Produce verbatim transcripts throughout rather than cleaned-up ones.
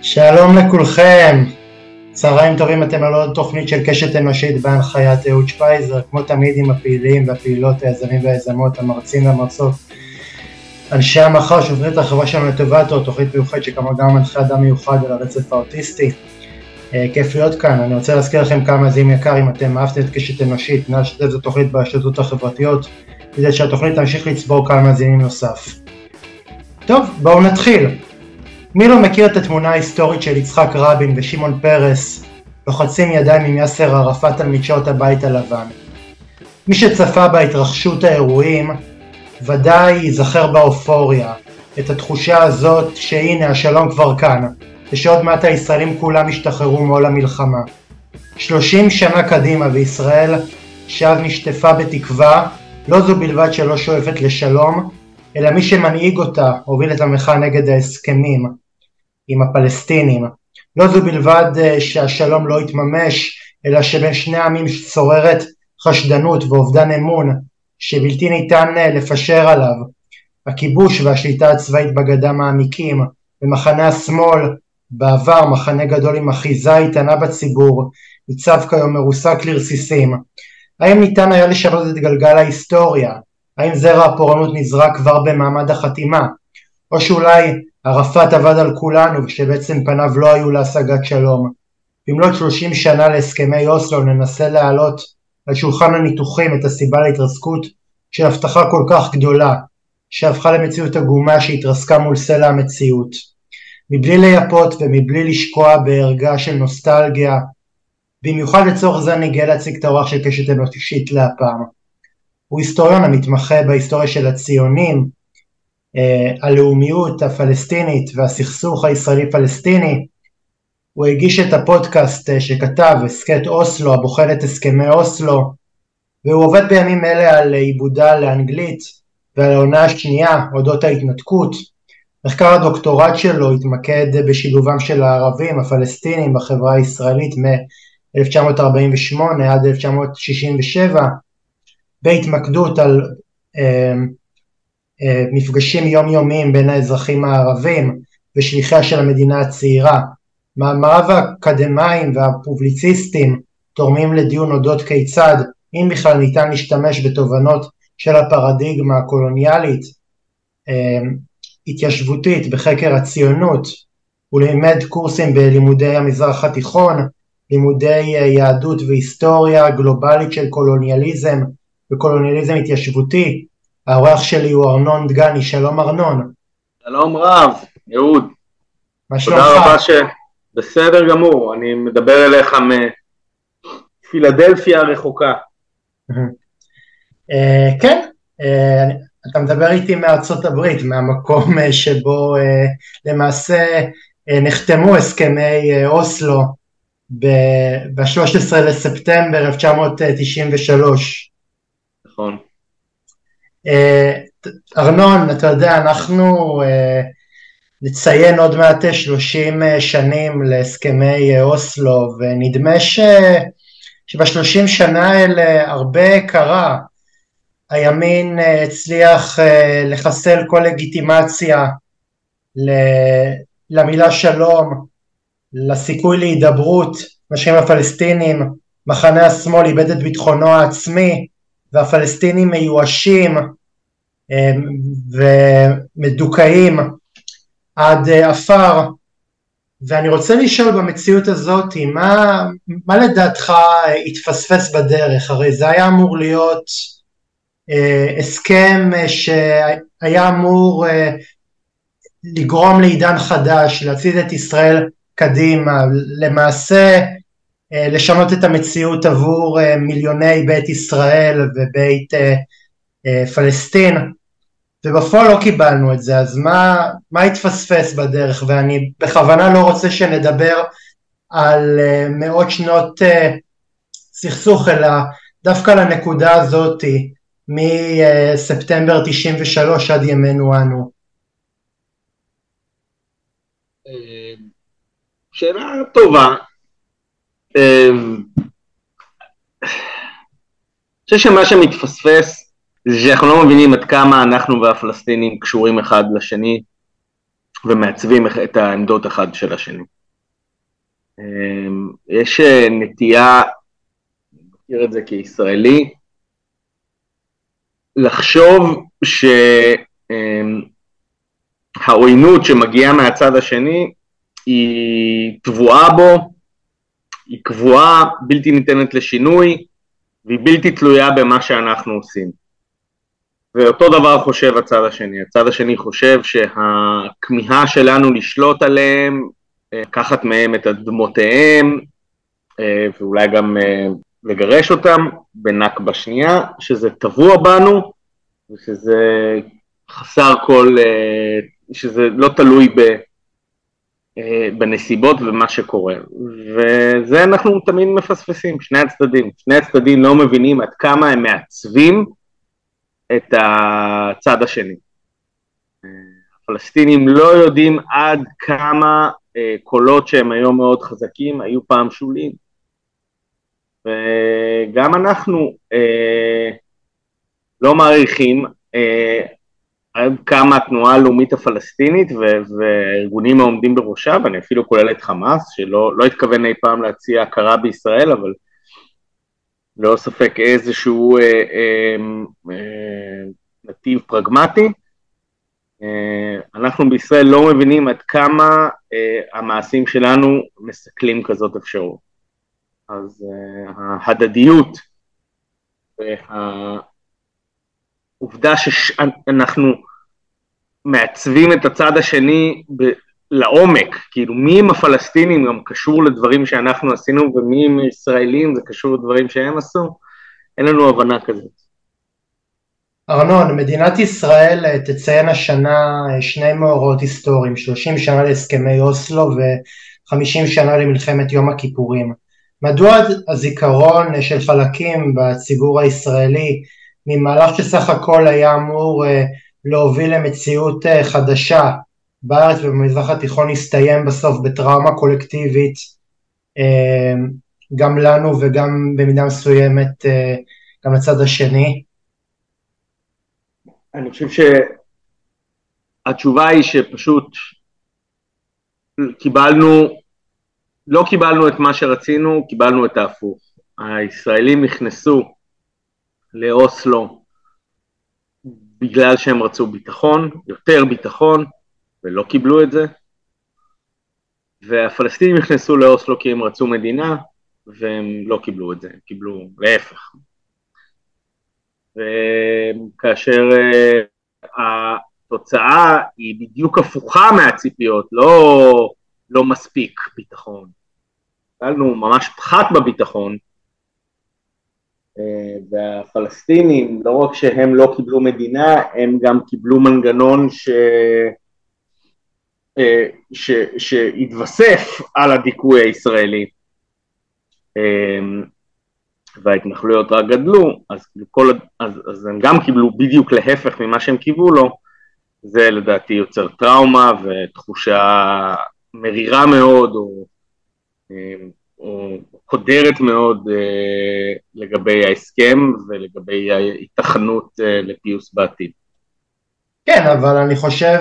שלום לכולכם, צהריים טובים, אתם על עוד תוכנית של קשת אנושית בהנחיית אהוד שפייזר, כמו תמיד עם הפעילים והפעילות, היזמים והיזמות, המרצים והמרצות, אנשי המחר שעוברים את החברה שלנו לטובת, או תוכנית מיוחדת שכמה גם מנחה אדם מיוחד על הרצף האוטיסטי. כיף להיות כאן. אני רוצה להזכיר לכם כמה מאזינים יקר, אם אתם אהבתם את קשת אנושית, נא לשתף את התוכנית ברשתות החברתיות, כדי שהתוכנית תמשיך לצבור כמה מאזינים נוסף. טוב, בואו נתחיל. מי לא מכיר את התמונה ההיסטורית של יצחק רבין ושמעון פרס לוחצים ידיים עם יאסר ערפאת על מדשאות הבית הלבן? מי שצפה בהתרחשות האירועים ודאי ייזכר באופוריה, את התחושה הזאת שהנה השלום כבר כאן, ושעוד מעט הישראלים כולם השתחררו מעול המלחמה. שלושים שנה קדימה וישראל שאז נשטפה בתקווה, לא זו בלבד שלא שואפת לשלום, אלא מי שמנהיג אותה הוביל את המחאה נגד ההסכמים עם הפלסטינים. לא זו בלבד שהשלום לא יתממש, אלא שבין שני העמים שוררת חשדנות ואובדן אמון שבלתי ניתן לפשר עליו. הכיבוש והשליטה הצבאית בגדה מעמיקים, במחנה השמאל, בעבר מחנה גדול עם אחיזה איתנה בציבור, ניצב כיום מרוסק לרסיסים. האם ניתן היה לשנות את גלגל ההיסטוריה? האם זרע הפורענות נזרק כבר במעמד החתימה? או שאולי ערפאת עבד על כולנו ושבעצם פניו לא היו להשגת שלום? במלאת שלושים שנה להסכמי אוסלו ננסה להעלות על שולחן הניתוחים את הסיבה להתרסקות של הבטחה כל כך גדולה שהפכה למציאות עגומה שהתרסקה מול סלע המציאות. מבלי לייפות ומבלי לשקוע בהרגע של נוסטלגיה, במיוחד לצורך זה אני גאה להציג את האורח של קשת אנושית להפעם. הוא היסטוריון המתמחה בהיסטוריה של הציונים, הלאומיות הפלסטינית והסכסוך הישראלי-פלסטיני. הוא הגיש את הפודקאסט שכתב, הסכת אוסלו, הבוחן את הסכמי אוסלו, והוא עובד בימים אלה על עיבודה לאנגלית ועל העונה השנייה, אודות ההתנתקות. מחקר הדוקטורט שלו התמקד בשילובם של הערבים הפלסטינים בחברה הישראלית מ-אלף תשע מאות ארבעים ושמונה עד אלף תשע מאות שישים ושבע, בהתמקדות על אה, אה, מפגשים יומיומיים בין האזרחים הערבים ושליחיה של המדינה הצעירה. מאמריו האקדמיים והפובליציסטים תורמים לדיון אודות כיצד, אם בכלל ניתן להשתמש בתובנות של הפרדיגמה הקולוניאלית, אה, התיישבותית בחקר הציונות, ולימד קורסים בלימודי המזרח התיכון, לימודי יהדות והיסטוריה גלובלית של קולוניאליזם וקולוניאליזם התיישבותי. האורח שלי הוא ארנון דגני. שלום ארנון. שלום רב, אהוד. מה שלומך? תודה רבה ש... בסדר גמור, אני מדבר אליך מפילדלפיה הרחוקה. כן, אתה מדבר איתי מארצות הברית, מהמקום שבו למעשה נחתמו הסכמי אוסלו ב-שלושה עשר לספטמבר אלף תשע מאות תשעים ושלוש. נכון. ארנון, אתה יודע, אנחנו נציין עוד מעט שלושים שנים להסכמי אוסלו, ונדמה ש... שבשלושים שנה האלה הרבה קרה. הימין הצליח לחסל כל לגיטימציה למילה שלום, לסיכוי להידברות, משכים הפלסטינים. מחנה השמאל איבד את ביטחונו העצמי, והפלסטינים מיואשים ומדוכאים עד אפר. ואני רוצה לשאול במציאות הזאת, מה, מה לדעתך התפספס בדרך? הרי זה היה אמור להיות אה, הסכם שהיה אמור אה, לגרום לעידן חדש, להצעיד את ישראל קדימה, למעשה אה, לשנות את המציאות עבור אה, מיליוני בית ישראל ובית אה, אה, פלסטין, ובפועל לא קיבלנו את זה. אז מה, מה התפספס בדרך? ואני בכוונה לא רוצה שנדבר על uh, מאות שנות uh, סכסוך, אלא דווקא לנקודה הזאת, מספטמבר תשעים ושלוש עד ימינו אנו. שאלה טובה. אני חושב שמה שמתפספס, זה שאנחנו לא מבינים עד כמה אנחנו והפלסטינים קשורים אחד לשני, ומעצבים את העמדות אחד של השני. יש נטייה, אני מכיר את זה כישראלי, לחשוב שהעוינות שמגיעה מהצד השני היא טבועה בו, היא קבועה, בלתי ניתנת לשינוי, והיא בלתי תלויה במה שאנחנו עושים. ואותו דבר חושב הצד השני. הצד השני חושב שהכמיהה שלנו לשלוט עליהם, לקחת מהם את אדמותיהם, ואולי גם לגרש אותם בנכבה שנייה, שזה טבוע בנו, ושזה חסר כל, שזה לא תלוי ב, בנסיבות ובמה שקורה. וזה אנחנו תמיד מפספסים, שני הצדדים. שני הצדדים לא מבינים עד כמה הם מעצבים את הצד השני. הפלסטינים לא יודעים עד כמה קולות שהם היום מאוד חזקים, היו פעם שוליים. וגם אנחנו אה, לא מעריכים אה, עד כמה התנועה הלאומית הפלסטינית והארגונים העומדים בראשה, ואני אפילו כולל את חמאס, שלא לא התכוון אי פעם להציע הכרה בישראל, אבל לא ספק איזשהו אה, אה, אה, נתיב פרגמטי. אה, אנחנו בישראל לא מבינים עד כמה אה, המעשים שלנו מסכלים כזאת אפשרות. אז uh, ההדדיות והעובדה שאנחנו מעצבים את הצד השני ב- לעומק, כאילו מי עם הפלסטינים גם קשור לדברים שאנחנו עשינו, ומי עם ישראלים זה קשור לדברים שהם עשו, אין לנו הבנה כזאת. ארנון, מדינת ישראל תציין השנה שני מאורעות היסטוריים, שלושים שנה להסכמי אוסלו ו-חמישים שנה למלחמת יום הכיפורים. מדוע הזיכרון של חלקים בציבור הישראלי ממהלך שסך הכל היה אמור להוביל למציאות חדשה בארץ ובמזרח התיכון הסתיים בסוף בטראומה קולקטיבית גם לנו וגם במידה מסוימת גם לצד השני? אני חושב שהתשובה היא שפשוט קיבלנו לא קיבלנו את מה שרצינו, קיבלנו את ההפוך. הישראלים נכנסו לאוסלו בגלל שהם רצו ביטחון, יותר ביטחון, ולא קיבלו את זה. והפלסטינים נכנסו לאוסלו כי הם רצו מדינה, והם לא קיבלו את זה, הם קיבלו להפך. וכאשר התוצאה היא בדיוק הפוכה מהציפיות, לא... לא מספיק ביטחון. קבלנו ממש פחת בביטחון, והפלסטינים, לא רק שהם לא קיבלו מדינה, הם גם קיבלו מנגנון ש... ש... שהתווסף על הדיכוי הישראלי. וההתנחלויות רק גדלו, אז, כל... אז, אז הם גם קיבלו בדיוק להפך ממה שהם קיבלו לו, זה לדעתי יוצר טראומה ותחושה מרירה מאוד, או, או קודרת מאוד לגבי ההסכם ולגבי ההתכנות לפיוס בעתיד. כן, אבל אני חושב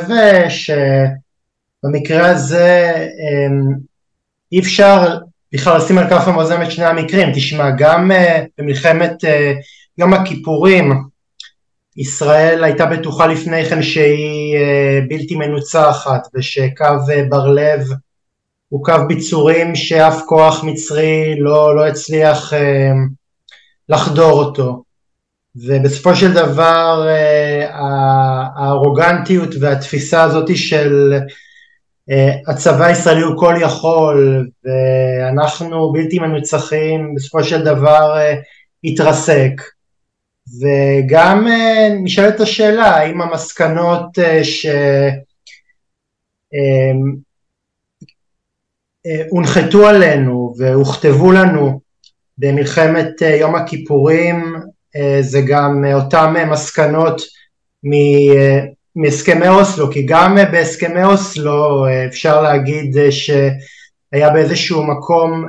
שבמקרה הזה אי אפשר בכלל לשים על כף המאזניים את שני המקרים. תשמע, גם במלחמת יום הכיפורים, ישראל הייתה בטוחה לפני כן שהיא בלתי מנוצחת, ושקו בר לב הוא קו ביצורים שאף כוח מצרי לא, לא הצליח לחדור אותו. ובסופו של דבר הארוגנטיות והתפיסה הזאת של הצבא הישראלי הוא כל יכול ואנחנו בלתי מנוצחים, בסופו של דבר התרסק. וגם נשאלת השאלה האם המסקנות שהונחתו עלינו והוכתבו לנו במלחמת יום הכיפורים זה גם אותם מסקנות מהסכמי אוסלו, כי גם בהסכמי אוסלו אפשר להגיד שהיה באיזשהו מקום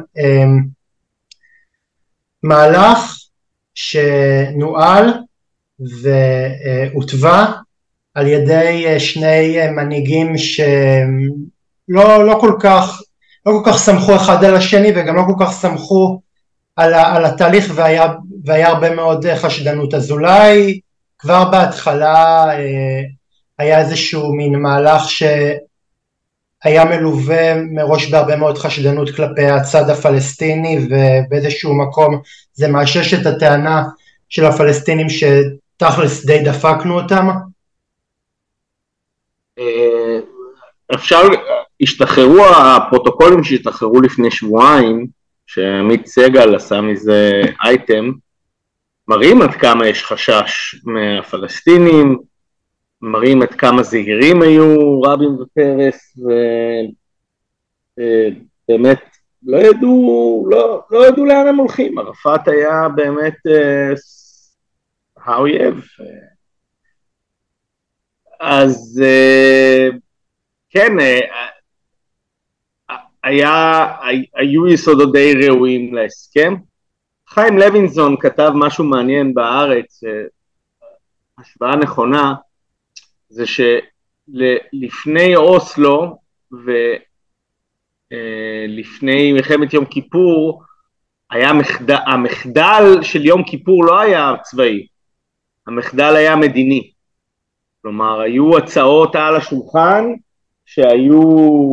מהלך שנועל והוטבע על ידי שני מנהיגים שלא לא כל כך, לא כל כך סמכו אחד על השני וגם לא כל כך סמכו על, ה, על התהליך, והיה, והיה הרבה מאוד חשדנות. אז אולי כבר בהתחלה היה איזשהו מין מהלך שהיה מלווה מראש בהרבה מאוד חשדנות כלפי הצד הפלסטיני, ובאיזשהו מקום זה מאשש את הטענה של הפלסטינים שתכלס די דפקנו אותם. אפשר, השתחררו הפרוטוקולים שהשתחררו לפני שבועיים, שעמית סגל עשה מזה אייטם, מראים עד כמה יש חשש מהפלסטינים, מראים עד כמה זהירים היו רבין ופרס, ובאמת לא ידעו, לא, לא ידעו לאן הם הולכים. ערפאת היה באמת האויב. אז כן, היה, היו יסודות די ראויים להסכם. חיים לוינסון כתב משהו מעניין בארץ, השוואה נכונה, זה שלפני אוסלו ולפני מלחמת יום כיפור, היה מחדל, המחדל של יום כיפור לא היה צבאי, המחדל היה מדיני. כלומר, היו הצעות על השולחן שהיו,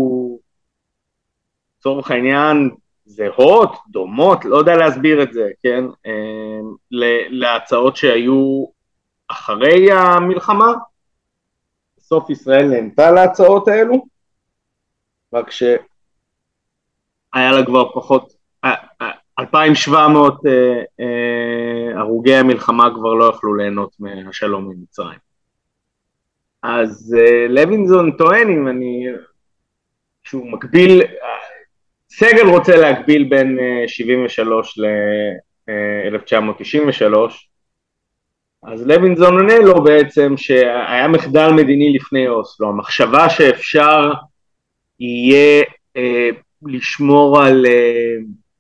צורך העניין, זהות, דומות, לא יודע להסביר את זה, כן? להצעות שהיו אחרי המלחמה. בסוף ישראל נהנתה להצעות האלו, רק שהיה לה כבר פחות, אלפיים ושבע מאות הרוגי המלחמה כבר לא יכלו ליהנות מהשלום ממצרים. אז לוינסון טוען, אם אני, שהוא מקביל, סגל רוצה להקביל בין שבעים ושלוש ל-אלף תשע מאות תשעים ושלוש, אז לוינסון עונה לו בעצם שהיה מחדל מדיני לפני אוסלו, המחשבה שאפשר יהיה אה, לשמור על אה,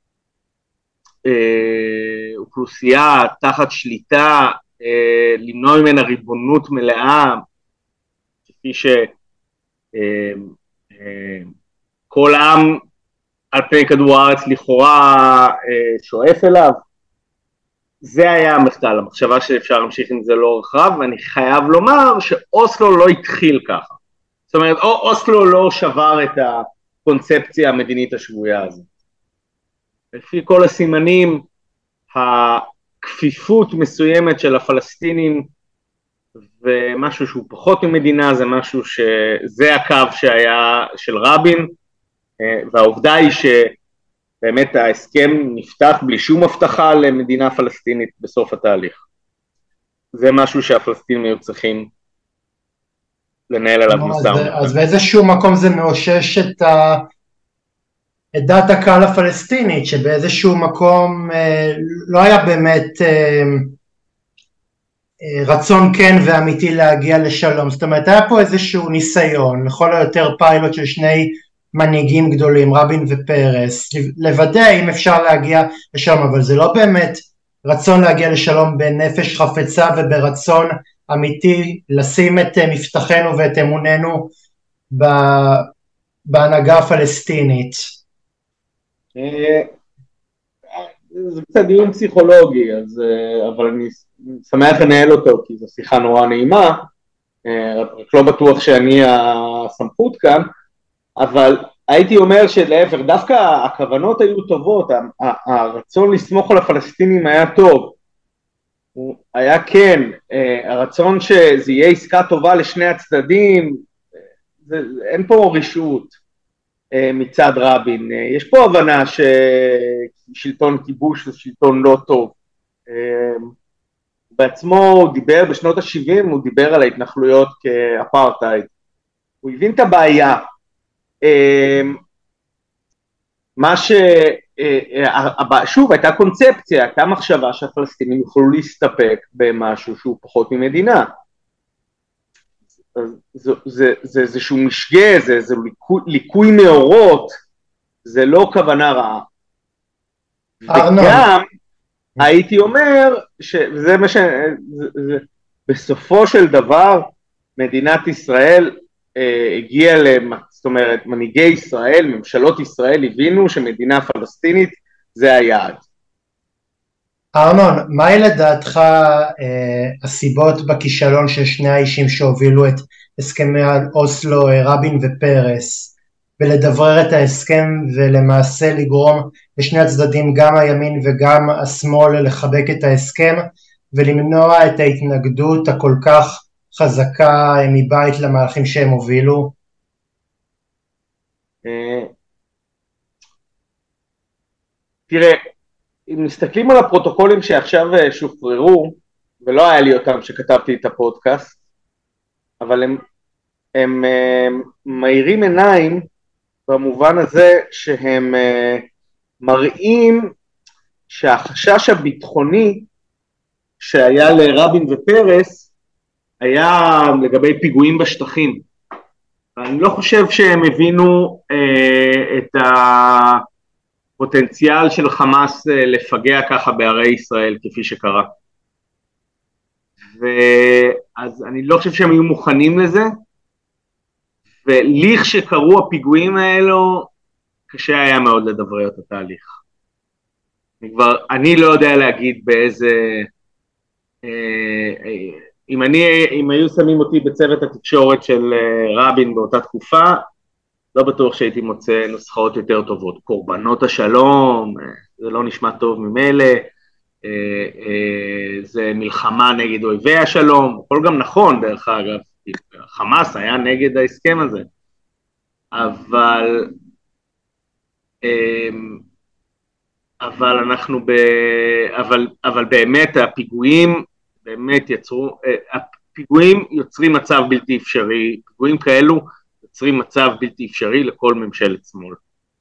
אה, אוכלוסייה תחת שליטה, אה, למנוע ממנה ריבונות מלאה, כפי שכל אה, אה, עם על פני כדור הארץ לכאורה אה, שואף אליו, זה היה המחדל, המחשבה שאפשר להמשיך עם זה לאורך רב, ואני חייב לומר שאוסלו לא התחיל ככה. זאת אומרת, אוסלו לא שבר את הקונספציה המדינית השבויה הזאת. לפי כל הסימנים, הכפיפות מסוימת של הפלסטינים, ומשהו שהוא פחות ממדינה, זה משהו שזה הקו שהיה של רבין, והעובדה היא ש... באמת ההסכם נפתח בלי שום הבטחה למדינה פלסטינית בסוף התהליך. זה משהו שהפלסטינים היו צריכים לנהל עליו משא ומתן. אז באיזשהו מקום זה מאושש את, ה... את דעת הקהל הפלסטינית, שבאיזשהו מקום אה, לא היה באמת אה, אה, רצון כן ואמיתי להגיע לשלום. זאת אומרת, היה פה איזשהו ניסיון, לכל היותר פיילוט של שני מנהיגים גדולים, רבין ופרס, לוודא אם אפשר להגיע לשלום, אבל זה לא באמת רצון להגיע לשלום בנפש חפצה וברצון אמיתי לשים את מבטחנו ואת אמוננו בהנהגה הפלסטינית. זה קצת דיון פסיכולוגי, אז, אבל אני שמח לנהל אותו, כי זו שיחה נורא נעימה, רק לא בטוח שאני הסמכות כאן, אבל הייתי אומר שלהפך, דווקא הכוונות היו טובות, הרצון לסמוך על הפלסטינים היה טוב, הוא היה כן, הרצון שזה יהיה עסקה טובה לשני הצדדים, זה, אין פה רשעות מצד רבין, יש פה הבנה ששלטון כיבוש זה שלטון לא טוב, בעצמו הוא דיבר בשנות ה-שבעים, הוא דיבר על ההתנחלויות כאפרטייד, הוא הבין את הבעיה, מה ש... שוב, הייתה קונספציה, הייתה מחשבה שהפלסטינים יוכלו להסתפק במשהו שהוא פחות ממדינה. זה, זה, זה איזשהו משגה, זה, זה ליקוי, ליקוי מאורות, זה לא כוונה רעה. וגם הייתי אומר, שזה מה ש... זה, זה, בסופו של דבר, מדינת ישראל אה, הגיעה, זאת אומרת, מנהיגי ישראל, ממשלות ישראל הבינו שמדינה פלסטינית זה היעד. ארנון, מהי לדעתך אה, הסיבות בכישלון של שני האישים שהובילו את הסכמי אוסלו, רבין ופרס, ולדברר את ההסכם ולמעשה לגרום לשני הצדדים, גם הימין וגם השמאל, לחבק את ההסכם ולמנוע את ההתנגדות הכל כך חזקה מבית למהלכים שהם הובילו? תראה, אם מסתכלים על הפרוטוקולים שעכשיו שוחררו, ולא היה לי אותם שכתבתי את הפודקאסט, אבל הם, הם, הם מאירים עיניים במובן הזה שהם מראים שהחשש הביטחוני שהיה לרבין ופרס היה לגבי פיגועים בשטחים. אני לא חושב שהם הבינו אה, את הפוטנציאל של חמאס אה, לפגע ככה בערי ישראל כפי שקרה. ואז אני לא חושב שהם היו מוכנים לזה, וליך שקרו הפיגועים האלו, קשה היה מאוד לדברר את התהליך. אני כבר, אני לא יודע להגיד באיזה, אה, אה, אם אני, אם היו שמים אותי בצוות התקשורת של רבין באותה תקופה, לא בטוח שהייתי מוצא נוסחאות יותר טובות. קורבנות השלום, זה לא נשמע טוב ממילא, זה מלחמה נגד אויבי השלום, הכל גם נכון דרך אגב, חמאס היה נגד ההסכם הזה, אבל, אבל אנחנו, ב, אבל, אבל באמת הפיגועים, באמת יצרו, הפיגועים יוצרים מצב בלתי אפשרי, פיגועים כאלו יוצרים מצב בלתי אפשרי לכל ממשלת שמאל.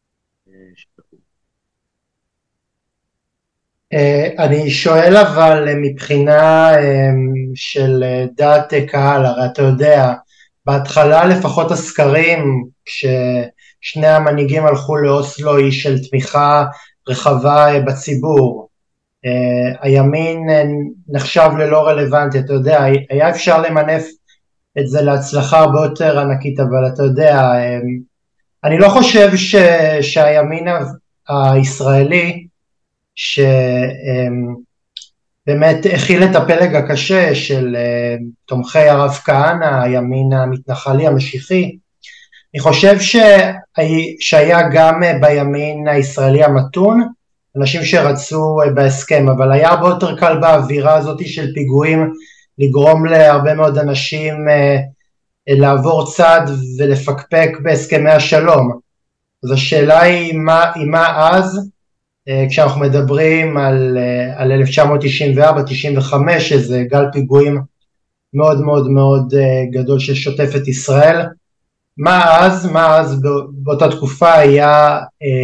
אני שואל אבל מבחינה של דעת קהל, הרי אתה יודע, בהתחלה לפחות הסקרים, כששני המנהיגים הלכו לאוסלו, היא של תמיכה רחבה בציבור, Uh, הימין נחשב ללא רלוונטי, אתה יודע, היה אפשר למנף את זה להצלחה הרבה יותר ענקית, אבל אתה יודע, um, אני לא חושב ש, שהימין הישראלי, שבאמת um, הכיל את הפלג הקשה של uh, תומכי הרב כהנא, הימין המתנחלי המשיחי, אני חושב שהיה, שהיה גם בימין הישראלי המתון, אנשים שרצו בהסכם, אבל היה הרבה יותר קל באווירה הזאת של פיגועים, לגרום להרבה מאוד אנשים לעבור צד ולפקפק בהסכמי השלום. אז השאלה היא מה, היא מה אז, כשאנחנו מדברים על, על אלף תשע מאות תשעים וארבע תשעים וחמש, שזה גל פיגועים מאוד מאוד מאוד גדול ששוטף את ישראל, מה אז, מה אז באותה תקופה היה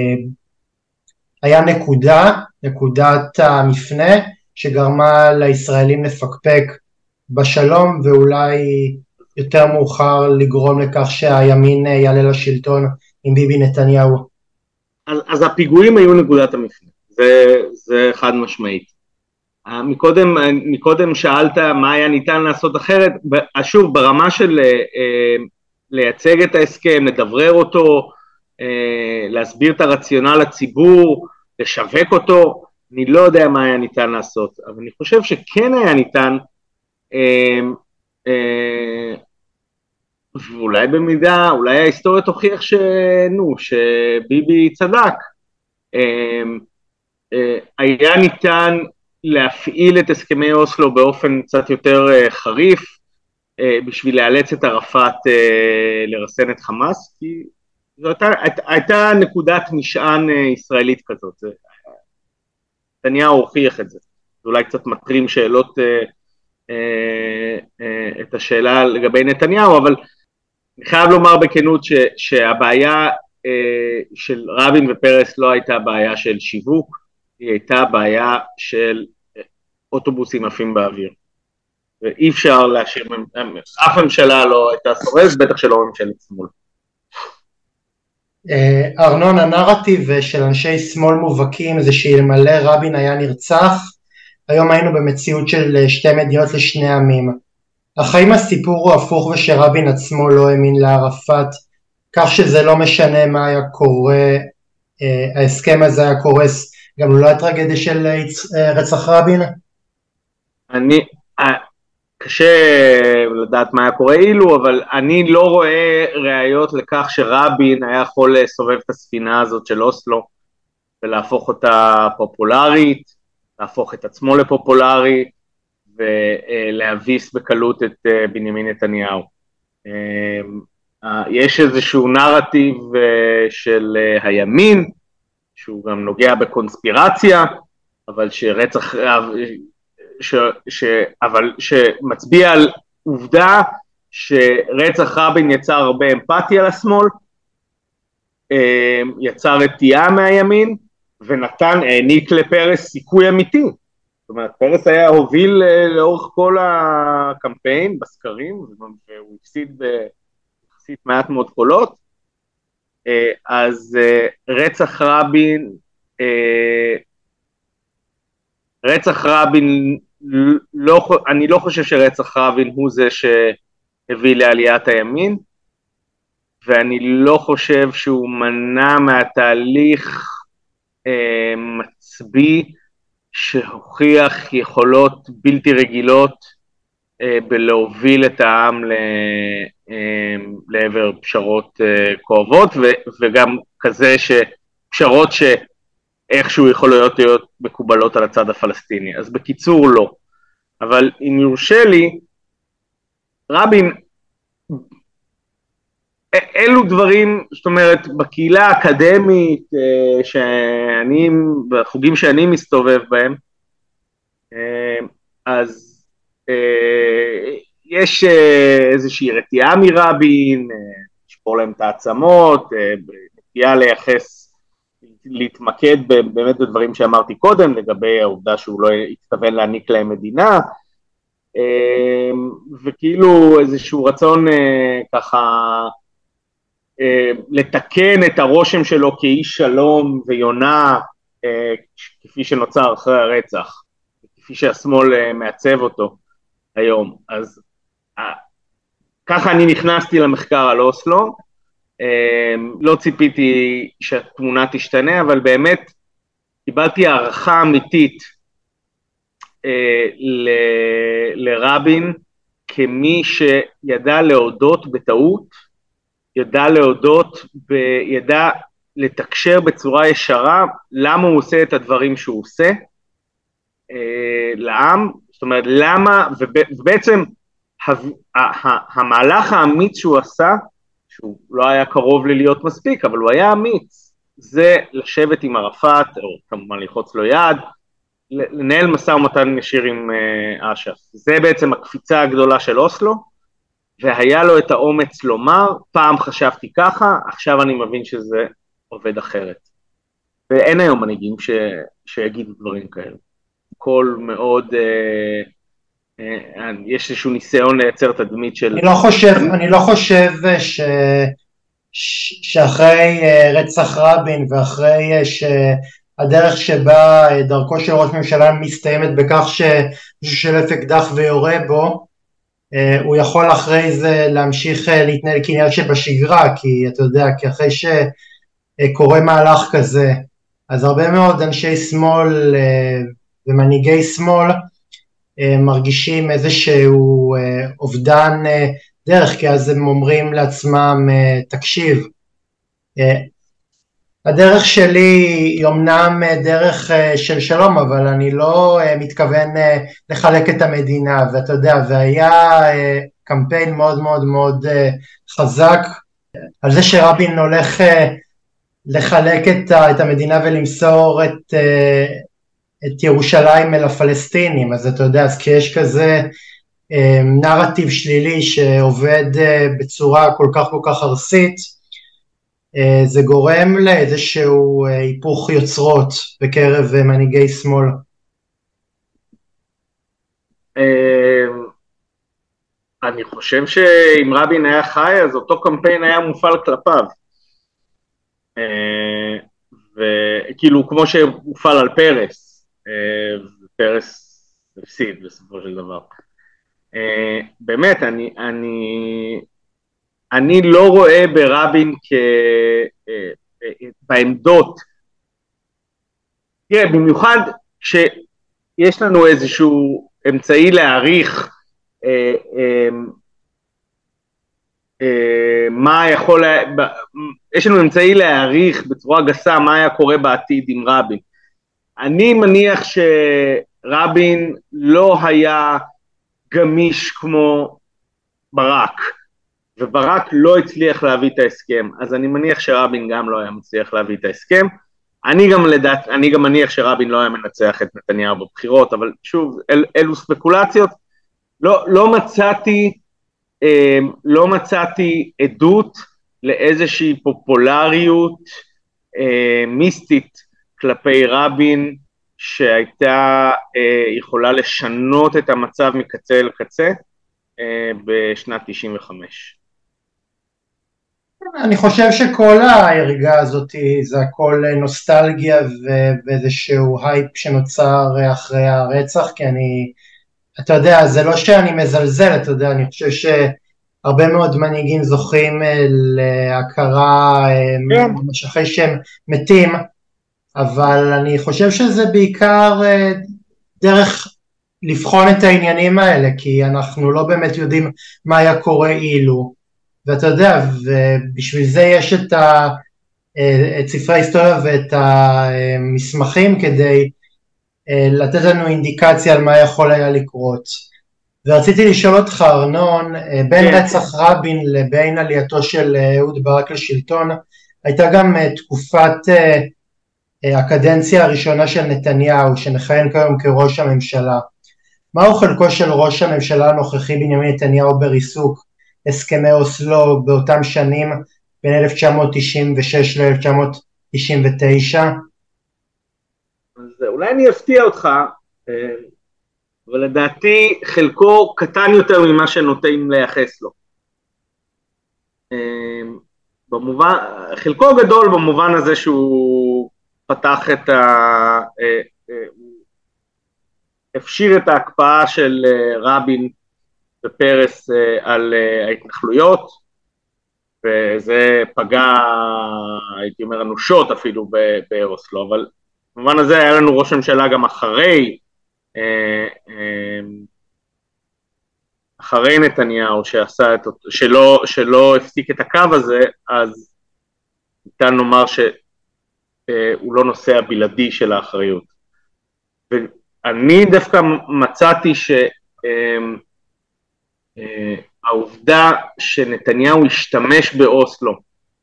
היה נקודה, נקודת המפנה, שגרמה לישראלים לפקפק בשלום, ואולי יותר מאוחר לגרום לכך שהימין יעלה לשלטון עם ביבי נתניהו. אז, אז הפיגועים היו נקודת המפנה, זה, זה חד משמעית. מקודם, מקודם שאלת מה היה ניתן לעשות אחרת, שוב, ברמה של לייצג את ההסכם, לדברר אותו, להסביר את הרציונל לציבור, לשווק אותו, אני לא יודע מה היה ניתן לעשות, אבל אני חושב שכן היה ניתן, אה, אה, ואולי במידה, אולי ההיסטוריה תוכיח שנו, שביבי צדק, אה, אה, היה ניתן להפעיל את הסכמי אוסלו באופן קצת יותר אה, חריף, אה, בשביל לאלץ את ערפאת אה, לרסן את חמאס, כי זו הייתה, הייתה נקודת משען ישראלית כזאת, נתניהו הוכיח את זה, זה אולי קצת מטרים שאלות, אה, אה, אה, את השאלה לגבי נתניהו, אבל אני חייב לומר בכנות ש, שהבעיה אה, של רבין ופרס לא הייתה בעיה של שיווק, היא הייתה בעיה של אוטובוסים עפים באוויר, ואי אפשר להשאיר, אף ממשלה לא הייתה שורדת, בטח שלא ממשלת שמאל. ארנון, הנרטיב של אנשי שמאל מובהקים זה שאלמלא רבין היה נרצח, היום היינו במציאות של שתי מדינות לשני עמים. אך האם הסיפור הוא הפוך ושרבין עצמו לא האמין לערפאת, כך שזה לא משנה מה היה קורה, ההסכם הזה היה קורס, גם לא הטרגדיה של רצח רבין? אני, קשה לדעת מה היה קורה אילו, אבל אני לא רואה ראיות לכך שרבין היה יכול לסובב את הספינה הזאת של אוסלו, ולהפוך אותה פופולרית, להפוך את עצמו לפופולרי, ולהביס בקלות את בנימין נתניהו. יש איזשהו נרטיב של הימין, שהוא גם נוגע בקונספירציה, אבל שרצח, ש, ש, אבל שמצביע על עובדה שרצח רבין יצר הרבה אמפתיה לשמאל, יצר רתיעה מהימין, ונתן, העניק לפרס סיכוי אמיתי. זאת אומרת, פרס היה הוביל לאורך כל הקמפיין, בסקרים, והוא הפסיד ביחסית מעט מאוד קולות. אז רצח רבין, רצח רבין, לא, אני לא חושב שרצח רבין הוא זה שהביא לעליית הימין, ואני לא חושב שהוא מנע מהתהליך אה, מצביא שהוכיח יכולות בלתי רגילות אה, בלהוביל את העם ל, אה, לעבר פשרות אה, כואבות, ו, וגם כזה שפשרות שאיכשהו יכולות להיות מקובלות על הצד הפלסטיני. אז בקיצור לא. אבל אם יורשה לי, רבין, אלו דברים, זאת אומרת, בקהילה האקדמית, שאני, בחוגים שאני מסתובב בהם, אז יש איזושהי רתיעה מרבין, לשבור להם את העצמות, רתיעה לייחס, להתמקד באמת בדברים שאמרתי קודם, לגבי העובדה שהוא לא התכוון להעניק להם מדינה, וכאילו איזשהו רצון ככה, לתקן את הרושם שלו כאיש שלום ויונה, כפי שנוצר אחרי הרצח, כפי שהשמאל מעצב אותו היום. אז ככה אני נכנסתי למחקר על אוסלו, לא ציפיתי שהתמונה תשתנה, אבל באמת קיבלתי הערכה אמיתית לרבין, כמי שידע להודות בטעות, ידע להודות, ידע לתקשר בצורה ישרה, למה הוא עושה את הדברים שהוא עושה, לעם, זאת אומרת, למה, ובעצם המהלך האמיץ שהוא עשה, שהוא לא היה קרוב ללהיות מספיק, אבל הוא היה אמיץ, זה לשבת עם ערפאת, או כמובן ללחוץ לו יד, לנהל משא ומתן ישיר עם אש"ף. זה בעצם הקפיצה הגדולה של אוסלו, והיה לו את האומץ לומר, פעם חשבתי ככה, עכשיו אני מבין שזה עובד אחרת. ואין היום מנהיגים ש... שיגידו דברים כאלה. כל מאוד, אה, אה, יש איזשהו ניסיון לייצר תדמית של... אני לא חושב, אני לא חושב ש... ש... שאחרי רצח רבין ואחרי שהדרך שבה דרכו של ראש ממשלה מסתיימת בכך שמישהו שלף אקדח ויורה בו, הוא יכול אחרי זה להמשיך להתנהל כעניין שבשגרה, כי אתה יודע, כי אחרי שקורה מהלך כזה, אז הרבה מאוד אנשי שמאל ומנהיגי שמאל מרגישים איזשהו אובדן דרך, כי אז הם אומרים לעצמם, תקשיב, הדרך שלי היא אמנם דרך של שלום, אבל אני לא מתכוון לחלק את המדינה, ואתה יודע, והיה קמפיין מאוד מאוד מאוד חזק, על זה שרבין הולך לחלק את המדינה ולמסור את, את ירושלים אל הפלסטינים, אז אתה יודע, אז כשיש כזה נרטיב שלילי שעובד בצורה כל כך כל כך ארסית, זה גורם לאיזשהו היפוך יוצרות בקרב מנהיגי שמאל. אני חושב שאם רבין היה חי, אז אותו קמפיין היה מופעל כלפיו. וכאילו כמו שהופעל על פרס, פרס הפסיד בסופו של דבר. באמת, אני, אני, אני לא רואה ברבין כ... בעמדות, תראה, במיוחד כשיש לנו איזשהו אמצעי להעריך אה, אה, אה, מה יכול, יש לנו אמצעי להעריך בצורה גסה מה היה קורה בעתיד עם רבין. אני מניח שרבין לא היה גמיש כמו ברק, וברק לא הצליח להביא את ההסכם, אז אני מניח שרבין גם לא היה מצליח להביא את ההסכם. אני גם לדעת, אני גם מניח שרבין לא היה מנצח את נתניהו בבחירות, אבל שוב, אל, אלו ספקולציות. לא, לא מצאתי, אה, לא מצאתי עדות לאיזושהי פופולריות אה, מיסטית כלפי רבין, שהייתה אה, יכולה לשנות את המצב מקצה אל קצה אה, בשנת תשעים וחמש. אני חושב שכל ההרגה הזאת זה הכל נוסטלגיה ואיזשהו הייפ שנוצר אחרי הרצח, כי אני, אתה יודע, זה לא שאני מזלזל, אתה יודע, אני חושב שהרבה מאוד מנהיגים זוכים להכרה ממש אחרי שהם מתים, אבל אני חושב שזה בעיקר דרך לבחון את העניינים האלה, כי אנחנו לא באמת יודעים מה היה קורה אילו, ואתה יודע, ובשביל זה יש את, ה, את ספרי ההיסטוריה ואת המסמכים כדי לתת לנו אינדיקציה על מה יכול היה לקרות. ורציתי לשאול אותך, ארנון, בין רצח רבין לבין עלייתו של אהוד ברק לשלטון, הייתה גם תקופת הקדנציה הראשונה של נתניהו, שמכהן כיום כראש הממשלה. מהו חלקו של ראש הממשלה הנוכחי בנימין נתניהו בריסוק הסכמי אוסלו באותם שנים בין אלף תשע מאות תשעים ושש ל-אלף תשע מאות תשעים ותשע? אז אולי אני אפתיע אותך, אבל לדעתי חלקו קטן יותר ממה שנוטים לייחס לו. במובן, חלקו גדול במובן הזה שהוא פתח את ה... הפשיר את ההקפאה של רבין ופרס על ההתנחלויות, וזה פגע, הייתי אומר, אנושות אפילו באוסלו, אבל במובן הזה היה לנו ראש הממשלה גם אחרי, אחרי נתניהו שעשה את, שלא, שלא הפסיק את הקו הזה, אז ניתן לומר שהוא לא נושא הבלעדי של האחריות. ואני דווקא מצאתי שהעובדה שנתניהו השתמש באוסלו,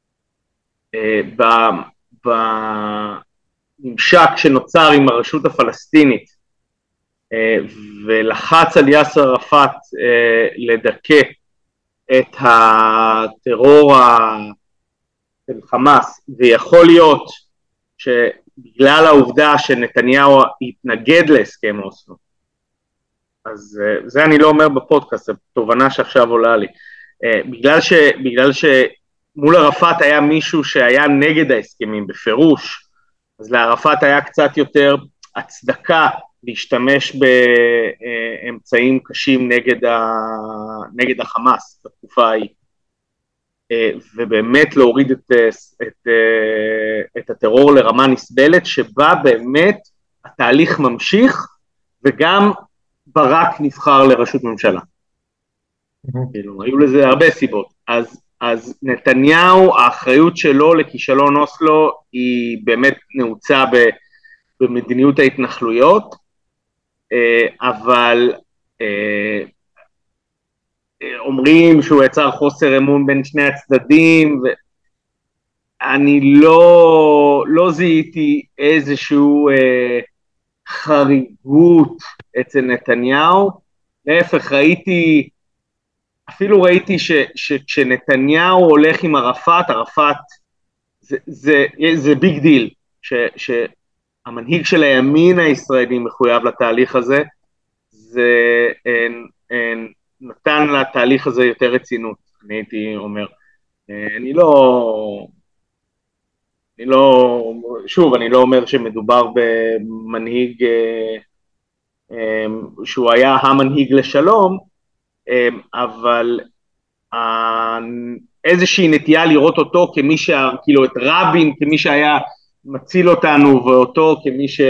בממשק שנוצר עם הרשות הפלסטינית, ולחץ על יאסר ערפאת לדכא את הטרור של חמאס, ויכול להיות שבגלל העובדה שנתניהו התנגד להסכם אוסלו, אז זה אני לא אומר בפודקאסט, זו תובנה שעכשיו עולה לי, בגלל, ש, בגלל שמול ערפאת היה מישהו שהיה נגד ההסכמים בפירוש, אז לערפאת היה קצת יותר הצדקה להשתמש באמצעים קשים נגד, ה... נגד החמאס בתקופה ההיא, ובאמת להוריד את, את, את הטרור לרמה נסבלת, שבה באמת התהליך ממשיך, וגם ברק נבחר לראשות ממשלה. כאילו, היו לזה הרבה סיבות. אז, אז נתניהו, האחריות שלו לכישלון אוסלו, היא באמת נעוצה ב, במדיניות ההתנחלויות, אבל אומרים שהוא יצר חוסר אמון בין שני הצדדים, ואני לא, לא זיהיתי איזשהו חריגות אצל נתניהו, להפך, ראיתי, אפילו ראיתי שכשנתניהו הולך עם ערפאת, ערפאת זה, זה, זה ביג דיל, ש, ש, המנהיג של הימין הישראלי מחויב לתהליך הזה, זה אין, אין, נתן לתהליך הזה יותר רצינות, אני הייתי אומר. אני לא, אני לא, שוב, אני לא אומר שמדובר במנהיג שהוא היה המנהיג לשלום, אבל איזושהי נטייה לראות אותו כמי ש... כאילו את רבין כמי שהיה מציל אותנו, ואותו כמי ש...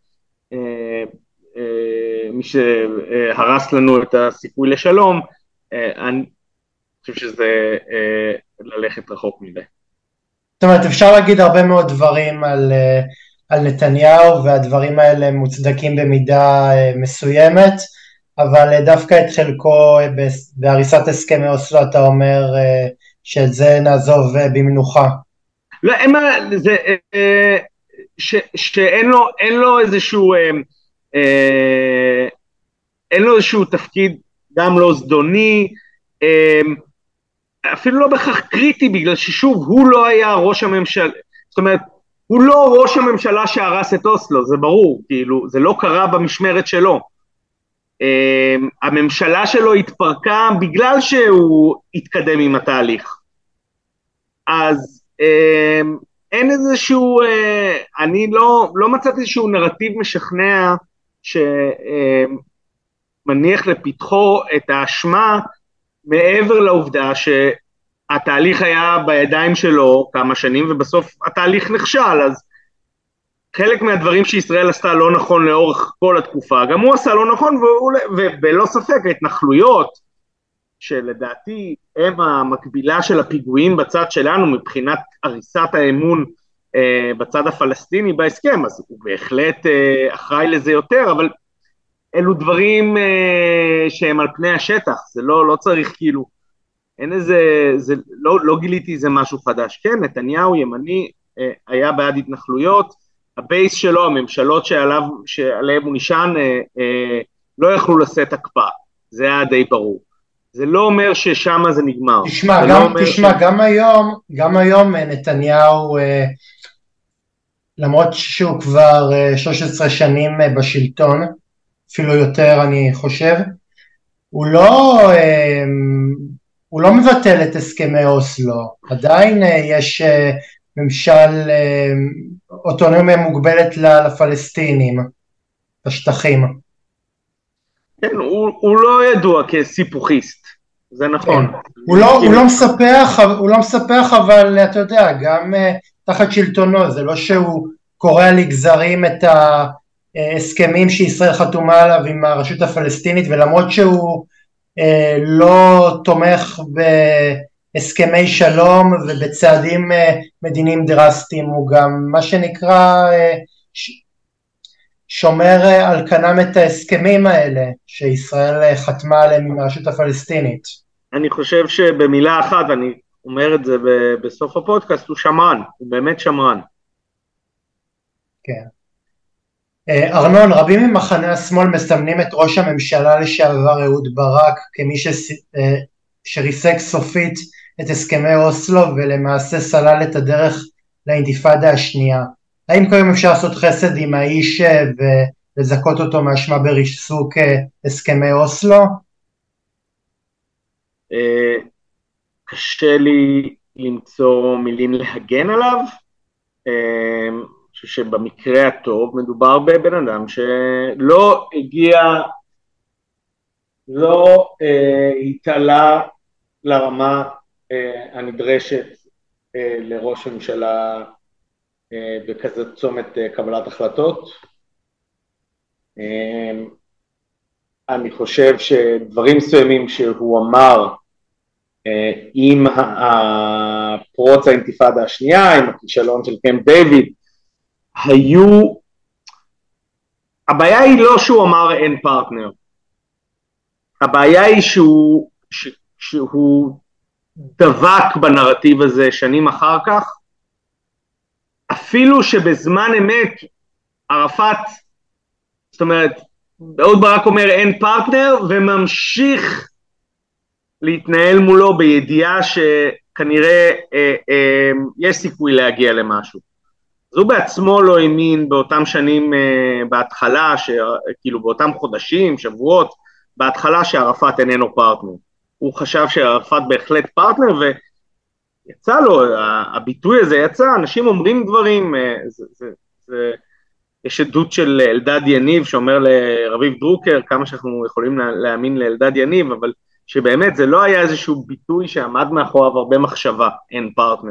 מי שהרס לנו את הסיכוי לשלום, אני חושב שזה ללכת רחוק מדי. זאת אומרת, אפשר להגיד הרבה מאוד דברים על, על נתניהו, והדברים האלה מוצדקים במידה מסוימת, אבל דווקא את חלקו בהריסת הסכמי אוסלו אתה אומר שאת זה נעזוב במנוחה. לא, אין מה, זה, ש, שאין לו, אין לו איזשהו, אין לו איזשהו תפקיד גם לא זדוני, אפילו לא בכך קריטי, בגלל ששוב, הוא לא היה ראש הממשלה, זאת אומרת, הוא לא ראש הממשלה שהרס את אוסלו, זה ברור, כאילו, זה לא קרה במשמרת שלו. הממשלה שלו התפרקה בגלל שהוא התקדם עם התהליך. אז אין איזשהו, אני לא, לא מצאתי איזשהו נרטיב משכנע שמניח לפתחו את האשמה, מעבר לעובדה שהתהליך היה בידיים שלו כמה שנים, ובסוף התהליך נכשל, אז חלק מהדברים שישראל עשתה לא נכון לאורך כל התקופה, גם הוא עשה לא נכון, ובלא ספק ההתנחלויות, שלדעתי הם המקבילה של הפיגועים בצד שלנו, מבחינת הריסת האמון אה, בצד הפלסטיני בהסכם, אז הוא בהחלט אה, אחראי לזה יותר, אבל אלו דברים אה, שהם על פני השטח, זה לא, לא צריך כאילו, אין איזה, זה, לא, לא גיליתי איזה משהו חדש. כן, נתניהו ימני אה, היה בעד התנחלויות, הבייס שלו, הממשלות שעליו, שעליהם הוא נשען, אה, אה, לא יכלו לשאת הקפאה, זה היה די ברור. זה לא אומר ששם זה נגמר. תשמע, זה גם, לא תשמע ש... גם היום, גם היום נתניהו, אה, למרות שהוא כבר אה, שלוש עשרה שנים אה, בשלטון, אפילו יותר אני חושב, הוא לא, אה, הוא לא מבטל את הסכמי אוסלו, עדיין אה, יש אה, ממשל אה, אוטונומיה מוגבלת לפלסטינים, בשטחים. כן, הוא, הוא לא ידוע כסיפוכיסט, זה נכון. כן. הוא, לא, הוא, לא מספח, הוא לא מספח, אבל אתה יודע, גם uh, תחת שלטונו, זה לא שהוא קורא לגזרים את ההסכמים שישראל חתומה עליו עם הרשות הפלסטינית, ולמרות שהוא uh, לא תומך בהסכמי שלום ובצעדים uh, מדיניים דרסטיים, הוא גם מה שנקרא uh, ש... שומר על כנם את ההסכמים האלה שישראל חתמה עליהם עם הרשות הפלסטינית. אני חושב שבמילה אחת, אני אומר את זה בסוף הפודקאסט, הוא שמרן, הוא באמת שמרן. כן. ארנון, רבים ממחנה השמאל מסמנים את ראש הממשלה לשעבר אהוד ברק כמי שריסק סופית את הסכמי אוסלו ולמעשה סלל את הדרך לאינתיפאדה השנייה. האם כיום אפשר לעשות חסד עם האיש ולזכות אותו מאשמה בריסוק הסכמי אוסלו? קשה לי למצוא מילים להגן עליו. אני חושב שבמקרה הטוב מדובר בבן אדם שלא הגיע, לא התעלה לרמה הנדרשת לראש הממשלה בכזה צומת קבלת החלטות. אני חושב שדברים מסוימים שהוא אמר עם פרוץ האינתיפאדה השנייה, עם הכישלון של קמפ דיוויד, היו, הבעיה היא לא שהוא אמר אין פרטנר, הבעיה היא שהוא, שהוא דבק בנרטיב הזה שנים אחר כך, אפילו שבזמן אמת ערפאת, זאת אומרת, אהוד ברק אומר אין פרטנר, וממשיך להתנהל מולו בידיעה שכנראה אה, אה, יש סיכוי להגיע למשהו. אז הוא בעצמו לא האמין באותם שנים אה, בהתחלה, ש, כאילו באותם חודשים, שבועות, בהתחלה שערפאת איננו פרטנר. הוא חשב שערפאת בהחלט פרטנר, ויצא לו, הביטוי הזה יצא, אנשים אומרים דברים, אה, זה, זה, זה, יש עדות של אלדד יניב שאומר לרביב דרוקר, כמה שאנחנו יכולים להאמין לאלדד יניב, אבל שבאמת זה לא היה איזשהו ביטוי שעמד מאחוריו הרבה מחשבה, אין פרטנר.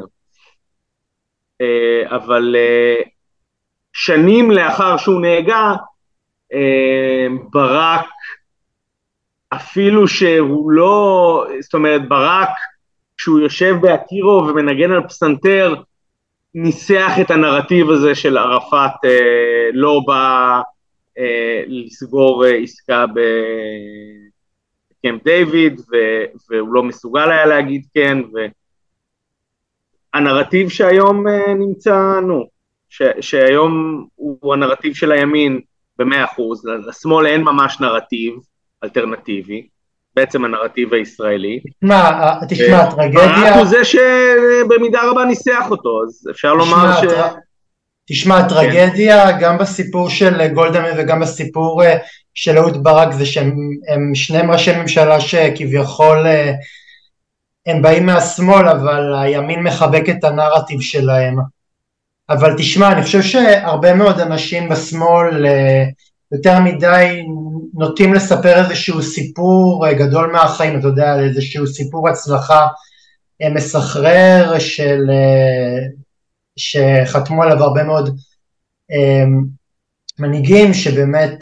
אבל שנים לאחר שהוא נהגה, ברק, אפילו שהוא לא, זאת אומרת, ברק, כשהוא יושב באקירו ומנגן על פסנתר, ניסח את הנרטיב הזה של ערפאת לא בא לסגור עסקה בקמפ דיוויד, והוא לא מסוגל היה להגיד כן, והנרטיב שהיום נמצא, נו, שהיום הוא הנרטיב של הימין ב-מאה אחוז, לשמאל אין ממש נרטיב אלטרנטיבי, בעצם הנרטיב הישראלי. תשמע, תשמע, הטרגדיה... ברק הוא זה שבמידה רבה ניסח אותו, אז אפשר לומר ש... תשמע, הטרגדיה, גם בסיפור של גולדה מאיר וגם בסיפור של אהוד ברק, זה שהם שניהם ראשי ממשלה שכביכול הם באים מהשמאל, אבל הימין מחבק את הנרטיב שלהם. אבל תשמע, אני חושב שהרבה מאוד אנשים בשמאל יותר מדי נוטים לספר איזשהו סיפור גדול מהחיים, אתה יודע, איזשהו סיפור הצלחה מסחרר של, שחתמו עליו הרבה מאוד מנהיגים, שבאמת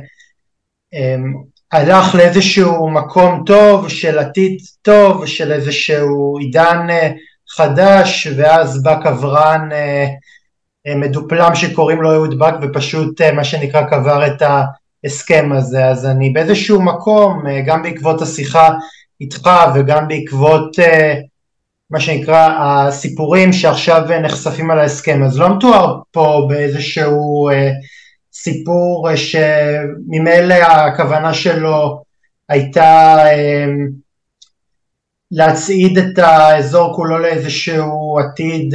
הלך לאיזשהו מקום טוב, של עתיד טוב, של איזשהו עידן חדש, ואז בא קברן מדופלם שקוראים לו אהוד ברק, ופשוט מה שנקרא קבר את ההסכם הזה. אז אני באיזשהו מקום, גם בעקבות השיחה איתך, וגם בעקבות מה שנקרא הסיפורים שעכשיו נחשפים על ההסכם, אז לא מתואר פה באיזשהו סיפור שממילא הכוונה שלו הייתה להצעיד את האזור כולו לאיזשהו עתיד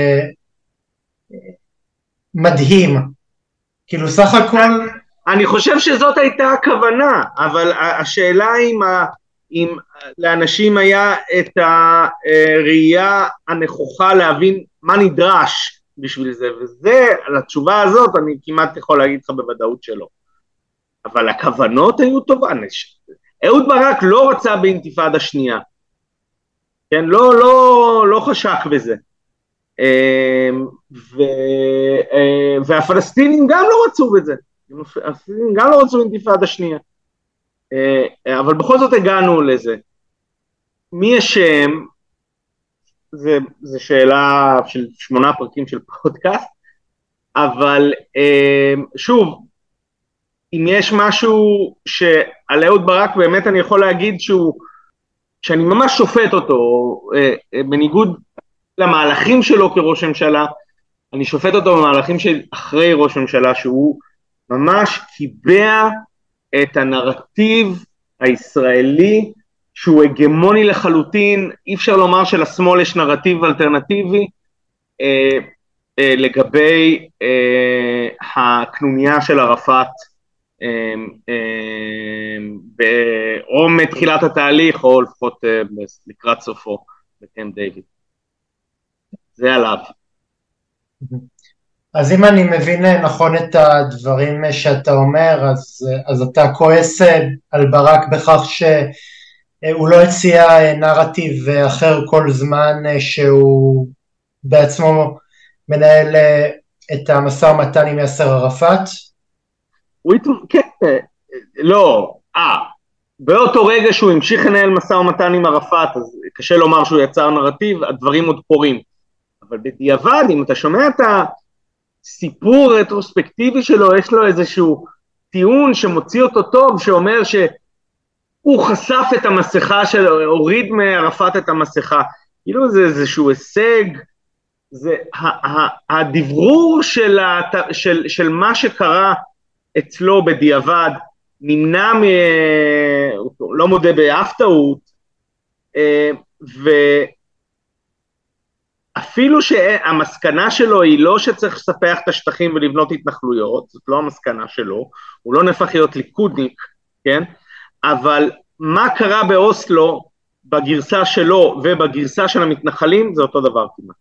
מדהים, כאילו סך הכל... אני חושב שזאת הייתה הכוונה, אבל השאלה אם, ה, אם לאנשים היה את הראייה הנכוחה להבין מה נדרש בשביל זה, וזה, על התשובה הזאת אני כמעט יכול להגיד לך בוודאות שלא. אבל הכוונות היו טובה. אהוד ברק לא רצה באינתיפאדה שנייה, כן, לא, לא, לא חשק בזה. ו, והפלסטינים גם לא רצו בזה, הפלסטינים גם לא רצו אינתיפאדה שנייה, אבל בכל זאת הגענו לזה. מי אשם? זה, זה שאלה של שמונה פרקים של פודקאסט, אבל שוב, אם יש משהו שעל אהוד ברק באמת אני יכול להגיד שהוא, שאני ממש שופט אותו, בניגוד למהלכים שלו כראש ממשלה, אני שופט אותו במהלכים של אחרי ראש ממשלה, שהוא ממש קיבע את הנרטיב הישראלי, שהוא הגמוני לחלוטין. אי אפשר לומר שלשמאל יש נרטיב אלטרנטיבי, אה, אה, לגבי אה, הקנוניה של ערפאת, אה, אה, או מתחילת התהליך, או לפחות אה, לקראת סופו, בקמפ דיוויד. זה עליו. אז אם אני מבין נכון את הדברים שאתה אומר, אז, אז אתה כועס על ברק בכך שהוא לא הציע נרטיב אחר כל זמן שהוא בעצמו מנהל את המשא ומתן עם יאסר ערפאת? כן, לא, אה, באותו רגע שהוא המשיך לנהל משא ומתן עם ערפאת, אז קשה לומר שהוא יצר נרטיב, הדברים עוד קורים. אבל בדיעבד, אם אתה שומע את הסיפור רטרוספקטיבי שלו, יש לו איזשהו טיעון שמוציא אותו טוב, שאומר שהוא חשף את המסכה שלו, הוריד מערפאת את המסכה. כאילו זה איזשהו הישג, זה הדברור של, של, של מה שקרה אצלו בדיעבד, נמנע מ... לא מודה באף טעות, ו... אפילו שהמסקנה שלו היא לא שצריך לספח את השטחים ולבנות התנחלויות, זאת לא המסקנה שלו, הוא לא נהפך להיות ליכודניק, כן? אבל מה קרה באוסלו בגרסה שלו ובגרסה של המתנחלים, זה אותו דבר כמעט.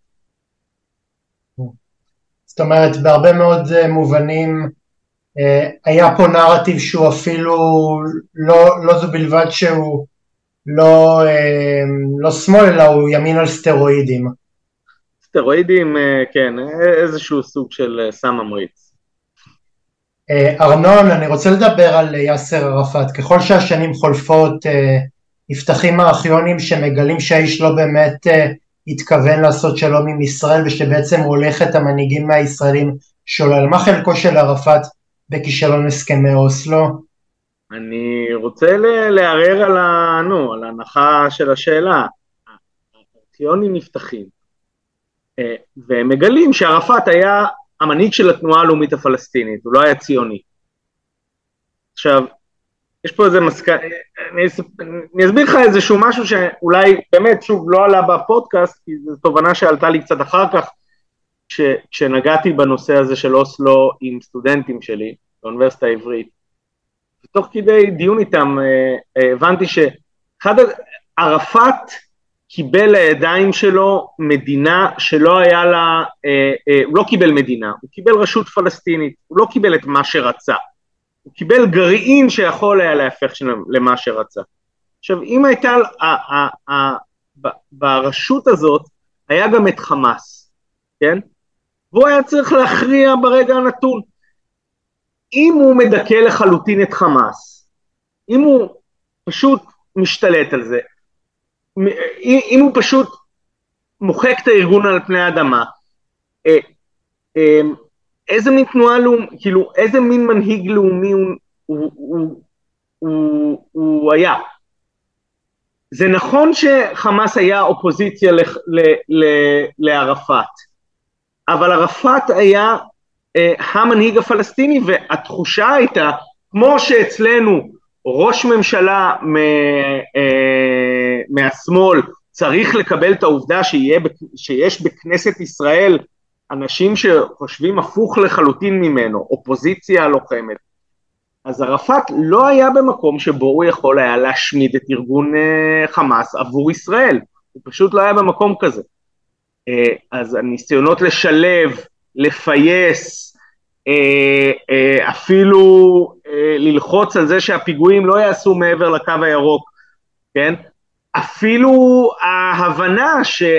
זאת אומרת, בהרבה מאוד מובנים, היה פה נרטיב שהוא אפילו, לא, לא זו בלבד שהוא לא, לא שמאל, אלא הוא ימין על סטרואידים. סטרואידים, כן, איזשהו סוג של סם ממריץ. ארנון, אני רוצה לדבר על יאסר ערפאת. ככל שהשנים חולפות, נפתחים הארכיונים שמגלים שהאיש לא באמת התכוון לעשות שלום עם ישראל, ושבעצם הוא הולך את המנהיגים מהישראלים שולל. מה חלקו של ערפאת בכישלון הסכמי אוסלו? אני רוצה לערער על, ה... נו, על ההנחה של השאלה. הארכיונים נפתחים, והם מגלים שערפאת היה המנהיג של התנועה הלאומית הפלסטינית, הוא לא היה ציוני. עכשיו, יש פה איזה מסקנה, אני, אני אסביר לך איזשהו משהו שאולי באמת שוב לא עלה בפודקאסט, כי זו תובנה שעלתה לי קצת אחר כך, ש, כשנגעתי בנושא הזה של אוסלו עם סטודנטים שלי, באוניברסיטה העברית, ותוך כדי דיון איתם הבנתי שאחד, ערפאת קיבל לידיים שלו מדינה שלא היה לה, הוא לא קיבל מדינה, הוא קיבל רשות פלסטינית, הוא לא קיבל את מה שרצה, הוא קיבל גרעין שיכול היה להפך למה שרצה. עכשיו, אם הייתה, ברשות הזאת היה גם את חמאס, כן? והוא היה צריך להכריע ברגע הנתון. אם הוא מדכא לחלוטין את חמאס, אם הוא פשוט משתלט על זה, אם הוא פשוט מוחק את הארגון על פני האדמה, איזה מין תנועה לאומית, כאילו איזה מין מנהיג לאומי הוא, הוא, הוא, הוא, הוא היה. זה נכון שחמאס היה אופוזיציה ל, ל, ל, לערפאת, אבל ערפאת היה אה, המנהיג הפלסטיני, והתחושה הייתה, כמו שאצלנו ראש ממשלה מ, אה, מהשמאל צריך לקבל את העובדה שיהיה, שיש בכנסת ישראל אנשים שחושבים הפוך לחלוטין ממנו, אופוזיציה לוחמת. אז ערפאת לא היה במקום שבו הוא יכול היה להשמיד את ארגון uh, חמאס עבור ישראל, הוא פשוט לא היה במקום כזה. Uh, אז הניסיונות לשלב, לפייס, uh, uh, אפילו uh, ללחוץ על זה שהפיגועים לא יעשו מעבר לקו הירוק, כן? אפילו ההבנה שה...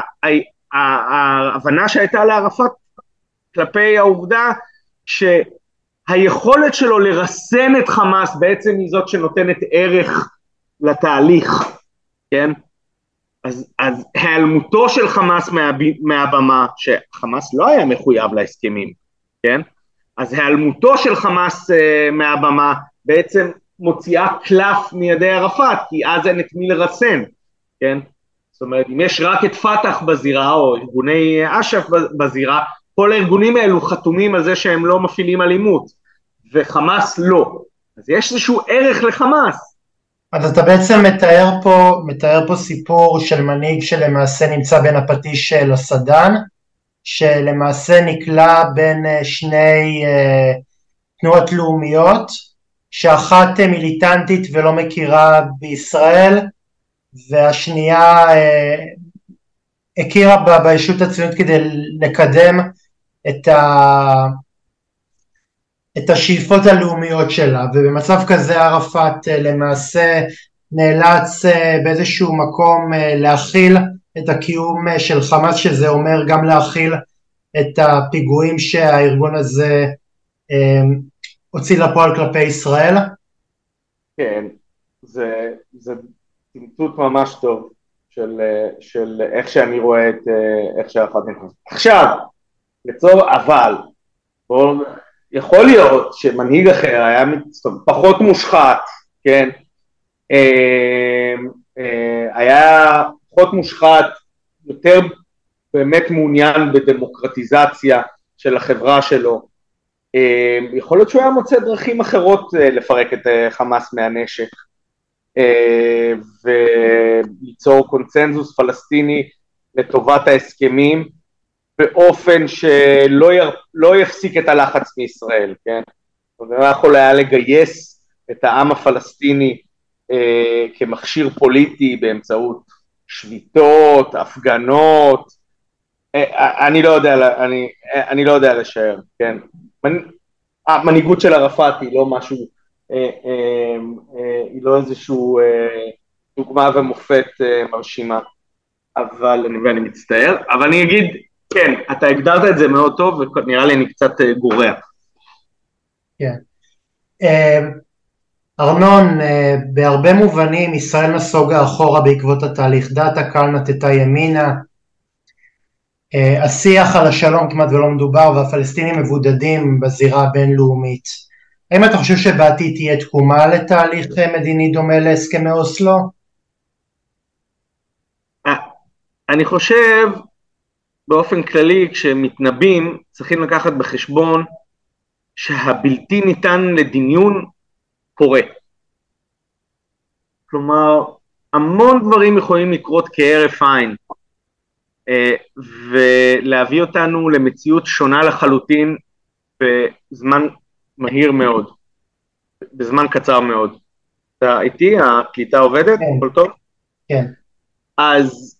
ההבנה שהייתה לערפאת כלפי העובדה שהיכולת שלו לרסן את חמאס בעצם היא זאת שנותנת ערך לתהליך, כן? אז, אז העלמותו של חמאס מה, מהבמה, שחמאס לא היה מחויב להסכמים, כן? אז העלמותו של חמאס uh, מהבמה בעצם מוציאה קלף מידי ערפאת, כי אז אין את מי לרסן, כן? זאת אומרת, אם יש רק את פתח בזירה, או ארגוני אש"ף בזירה, כל הארגונים האלו חתומים על זה שהם לא מפעילים אלימות, וחמאס לא. אז יש איזשהו ערך לחמאס. אז אתה בעצם מתאר פה, מתאר פה סיפור של מנהיג שלמעשה נמצא בין הפטיש לסדן, שלמעשה נקלע בין שני uh, תנועות לאומיות, שאחת מיליטנטית ולא מכירה בישראל, והשנייה אה, הכירה בה בישות הציונית כדי לקדם את, ה, את השאיפות הלאומיות שלה, ובמצב כזה ערפאת אה, למעשה נאלץ אה, באיזשהו מקום אה, להכיל את הקיום אה, של חמאס, שזה אומר גם להכיל את הפיגועים שהארגון הזה אה, הוציא לפועל כלפי ישראל. כן, זה... זה... תמצות ממש טוב של, של איך שאני רואה את איך שערפאת נכנס. עכשיו, לצור, אבל, בוא, יכול להיות שמנהיג אחר היה פחות מושחת, כן, אה, אה, היה פחות מושחת, יותר באמת מעוניין בדמוקרטיזציה של החברה שלו, אה, יכול להיות שהוא היה מוצא דרכים אחרות לפרק את חמאס מהנשק, וליצור קונצנזוס פלסטיני לטובת ההסכמים, באופן שלא יר, לא יפסיק את הלחץ מישראל, כן? הוא יכול היה לגייס את העם הפלסטיני אה, כמכשיר פוליטי באמצעות שביתות, הפגנות, אה, אני לא יודע, אני, אני לא יודע לשער, כן? המנהיגות של ערפאת היא לא משהו, היא לא איזשהו דוגמה ומופת מרשימה, אבל אני, ואני מצטער, אבל אני אגיד, כן, אתה הגדרת את זה מאוד טוב, ונראה לי אני קצת גורע. כן. ארנון, בהרבה מובנים ישראל נסוגה אחורה בעקבות התהליך, דעת הקהל נטתה ימינה, השיח על השלום כמעט ולא מדובר, והפלסטינים מבודדים בזירה הבינלאומית. האם אתה חושב שבעתיד תהיה תקומה לתהליך מדיני דומה להסכמי אוסלו? אני חושב, באופן כללי, כשמתנבאים, צריכים לקחת בחשבון שהבלתי ניתן לדמיון קורה. כלומר, המון דברים יכולים לקרות כהרף עין, ולהביא אותנו למציאות שונה לחלוטין בזמן מהיר מאוד, בזמן קצר מאוד. אתה איתי? הקליטה עובדת? כן. הכל טוב? כן. אז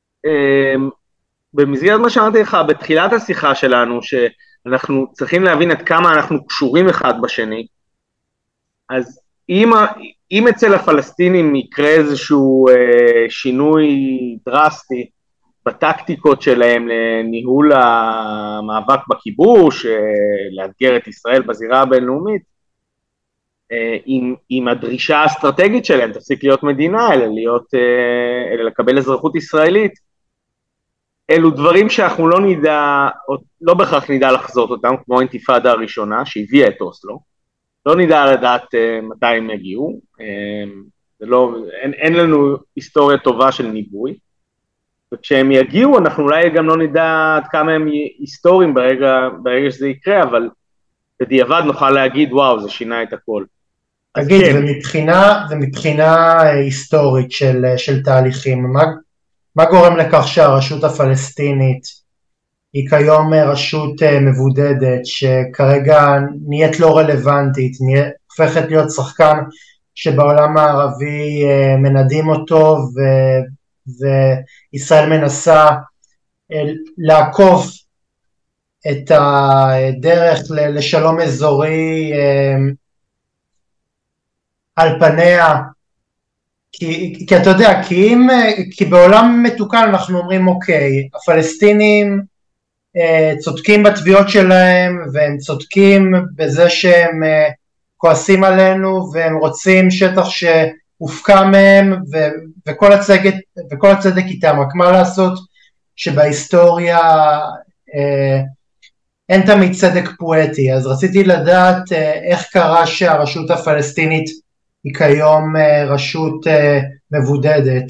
במסגרת מה שאמרתי לך בתחילת השיחה שלנו, שאנחנו צריכים להבין עד כמה אנחנו קשורים אחד בשני, אז אם, אם אצל הפלסטינים יקרה איזשהו אה, שינוי דרסטי בטקטיקות שלהם לניהול המאבק בכיבוש, אה, לאתגר את ישראל בזירה הבינלאומית, אה, עם, עם הדרישה האסטרטגית שלהם, תפסיק להיות מדינה, אלא, להיות, אה, אלא לקבל אזרחות ישראלית, אלו דברים שאנחנו לא נדע, לא בהכרח נדע לחזות אותם, כמו האינתיפאדה הראשונה שהביאה את אוסלו, לא נדע לדעת uh, מתי הם יגיעו, uh, זה לא, אין, אין לנו היסטוריה טובה של ניבוי, וכשהם יגיעו אנחנו אולי גם לא נדע עד כמה הם היסטוריים ברגע, ברגע שזה יקרה, אבל בדיעבד נוכל להגיד וואו זה שינה את הכל. תגיד, כן. ומבחינה, ומבחינה היסטורית של, של תהליכים, מה, מה גורם לכך שהרשות הפלסטינית היא כיום רשות מבודדת, שכרגע נהיית לא רלוונטית, נהיית, הופכת להיות שחקן שבעולם הערבי מנדים אותו, ו, וישראל מנסה לעקוף את הדרך לשלום אזורי על פניה, כי, כי אתה יודע, כי, אם, כי בעולם מתוקן אנחנו אומרים אוקיי, הפלסטינים צודקים בתביעות שלהם, והם צודקים בזה שהם כועסים עלינו, והם רוצים שטח שהופקע מהם, ו- וכל הצדק, וכל הצדק איתם, רק מה לעשות שבהיסטוריה אה, אין תמיד צדק פואטי, אז רציתי לדעת אה, איך קרה שהרשות הפלסטינית היא כיום אה, רשות אה, מבודדת.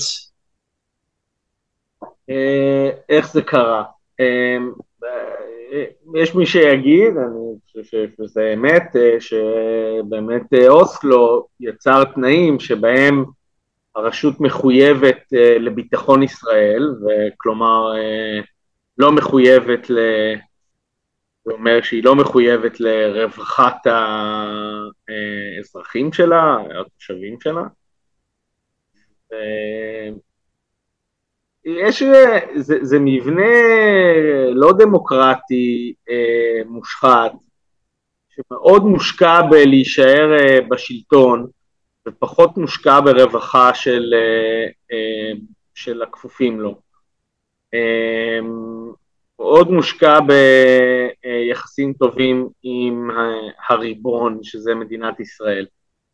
אה, איך זה קרה? אה... יש מי שיגיד, אני חושב שזה אמת, שבאמת אוסלו יצר תנאים שבהם הרשות מחויבת לביטחון ישראל, וכלומר לא מחויבת, זה אומר שהיא לא מחויבת לרווחת האזרחים שלה, התושבים שלה, יש, זה, זה מבנה לא דמוקרטי, אה, מושחת, שמאוד מושקע בלהישאר אה, בשלטון, ופחות מושקע ברווחה של, אה, אה, של הכפופים לו. אה, מאוד מושקע ביחסים טובים עם הריבון, שזה מדינת ישראל.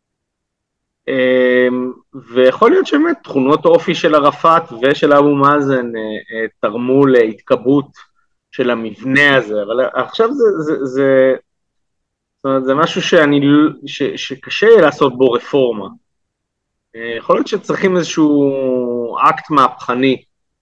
ויכול להיות שבאמת תכונות אופי של ערפאת ושל אבו מאזן תרמו להתקבעות של המבנה הזה, אבל עכשיו זה, זה, זה, זאת אומרת, זה משהו שאני, ש, שקשה לעשות בו רפורמה. יכול להיות שצריכים איזשהו אקט מהפכני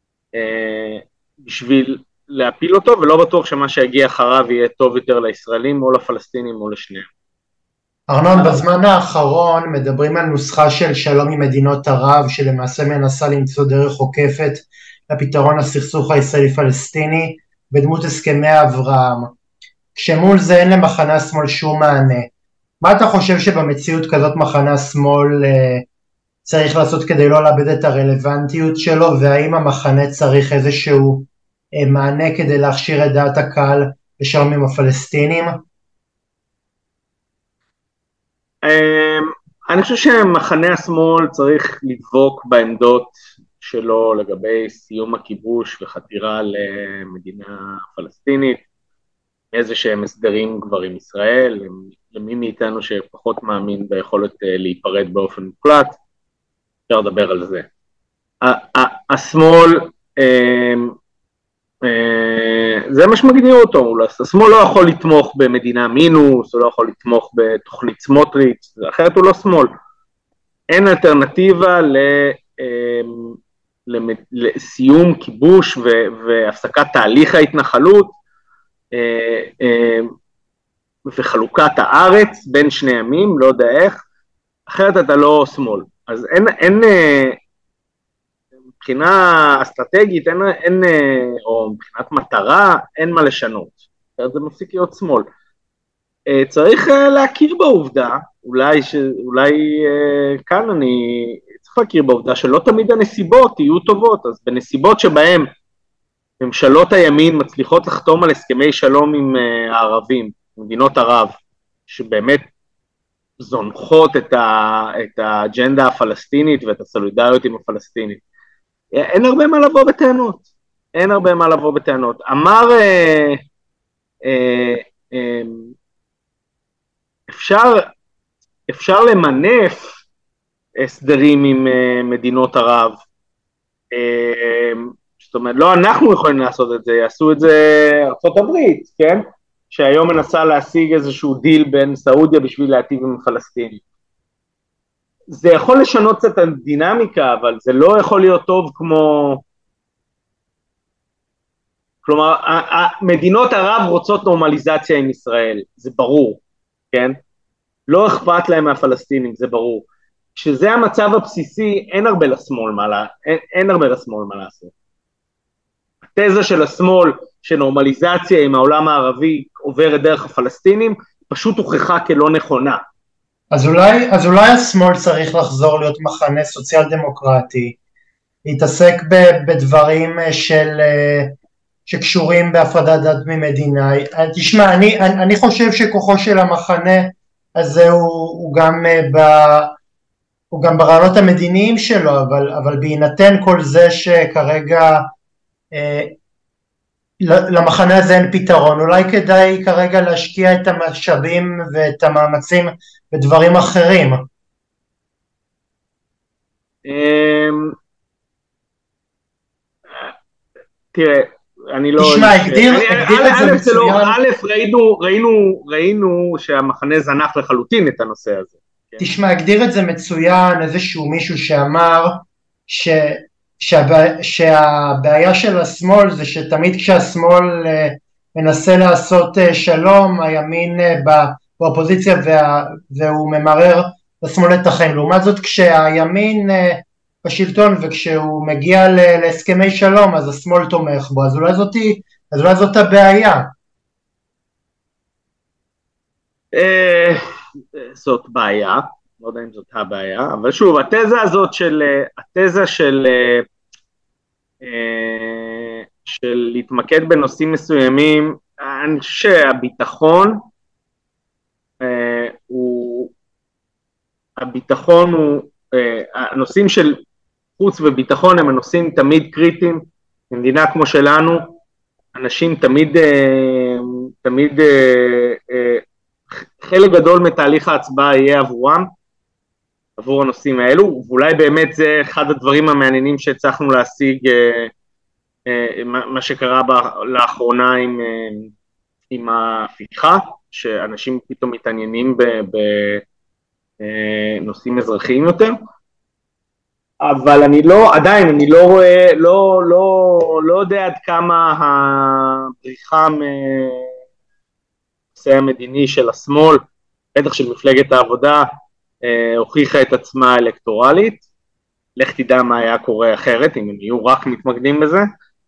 בשביל להפיל אותו, ולא בטוח שמה שיגיע אחריו יהיה טוב יותר לישראלים או לפלסטינים או לשניהם. ארנון, בזמן האחרון מדברים על נוסחה של שלום עם מדינות ערב, שלמעשה מנסה למצוא דרך עוקפת לפתרון הסכסוך הישראלי-פלסטיני בדמות הסכמי אברהם. כשמול זה אין למחנה השמאל שום מענה. מה אתה חושב שבמציאות כזאת מחנה השמאל אה, צריך לעשות כדי לא לאבד את הרלוונטיות שלו, והאם המחנה צריך איזשהו אה, מענה כדי להכשיר את דעת הקהל לשלום עם הפלסטינים? אני חושב שמחנה השמאל צריך לדבוק בעמדות שלו לגבי סיום הכיבוש וחתירה למדינה פלסטינית, איזה שהם הסדרים כבר עם ישראל, למי מאיתנו שפחות מאמין ביכולת להיפרד באופן מוחלט, אפשר לדבר על זה. השמאל, זה מה שמגדיר אותו, השמאל לא יכול לתמוך במדינה מינוס, הוא לא יכול לתמוך בתוכנית סמוטריץ', אחרת הוא לא שמאל. אין אלטרנטיבה לסיום כיבוש והפסקת תהליך ההתנחלות וחלוקת הארץ בין שני ימים, לא יודע איך, אחרת אתה לא שמאל. אז אין, אין מבחינה אסטרטגית, אין, אין, או מבחינת מטרה, אין מה לשנות. זה מפסיק להיות שמאל. צריך להכיר בעובדה, אולי, ש, אולי כאן אני צריך להכיר בעובדה שלא תמיד הנסיבות יהיו טובות, אז בנסיבות שבהן ממשלות הימין מצליחות לחתום על הסכמי שלום עם הערבים, מדינות ערב, שבאמת זונחות את, ה, את האג'נדה הפלסטינית ואת הסולידריות עם הפלסטינית. אין הרבה מה לבוא בטענות, אין הרבה מה לבוא בטענות. אמר, אה, אה, אה, אפשר, אפשר למנף הסדרים עם אה, מדינות ערב, אה, זאת אומרת, לא אנחנו יכולים לעשות את זה, יעשו את זה ארצות הברית, כן? שהיום מנסה להשיג איזשהו דיל בין סעודיה בשביל להטיב עם הפלסטינים. זה יכול לשנות קצת הדינמיקה, אבל זה לא יכול להיות טוב כמו... כלומר, מדינות ערב רוצות נורמליזציה עם ישראל, זה ברור, כן? לא אכפת להם מהפלסטינים, זה ברור. כשזה המצב הבסיסי, אין הרבה לשמאל מה, לה... אין, אין הרבה לשמאל מה לעשות. התזה של השמאל, שנורמליזציה עם העולם הערבי עוברת דרך הפלסטינים, פשוט הוכחה כלא נכונה. אז אולי, אז אולי השמאל צריך לחזור להיות מחנה סוציאל דמוקרטי, להתעסק בדברים של, שקשורים בהפרדת דת ממדינה. תשמע, אני, אני חושב שכוחו של המחנה הזה הוא, הוא גם ב, הוא גם ברעיונות המדיניים שלו, אבל, אבל בהינתן כל זה שכרגע למחנה הזה אין פתרון, אולי כדאי כרגע להשקיע את המשאבים ואת המאמצים בדברים אחרים. תראה, אני לא... תשמע, הגדיר את זה מצוין. א', ראינו, ראינו, ראינו שהמחנה זנח לחלוטין את הנושא הזה. תשמע, הגדיר את זה מצוין, איזשהו מישהו שאמר ש... שהבע... שהבעיה של השמאל זה שתמיד כשהשמאל מנסה לעשות שלום, הימין באופוזיציה וה... והוא ממרר לשמאל את החיים. לעומת זאת, כשהימין בשלטון וכשהוא מגיע להסכמי שלום, אז השמאל תומך בו, אז אולי זאת, אז אולי זאת הבעיה. זאת בעיה. לא יודע אם זאת הבעיה, אבל שוב, התזה הזאת של, התזה של, של להתמקד בנושאים מסוימים, אני חושב שהביטחון הוא, הביטחון הוא, הנושאים של חוץ וביטחון הם הנושאים תמיד קריטיים, במדינה כמו שלנו, אנשים תמיד, תמיד, חלק גדול מתהליך ההצבעה יהיה עבורם, עבור הנושאים האלו, ואולי באמת זה אחד הדברים המעניינים שהצלחנו להשיג, אה, אה, מה שקרה ב, לאחרונה עם, אה, עם ההפיכה, שאנשים פתאום מתעניינים בנושאים אזרחיים יותר, אבל אני לא, עדיין אני לא רואה, לא, לא, לא יודע עד כמה הבריחה מנושא המדיני של השמאל, בטח של מפלגת העבודה, הוכיחה את עצמה אלקטורלית, לך תדע מה היה קורה אחרת, אם הם יהיו רק מתמקדים בזה.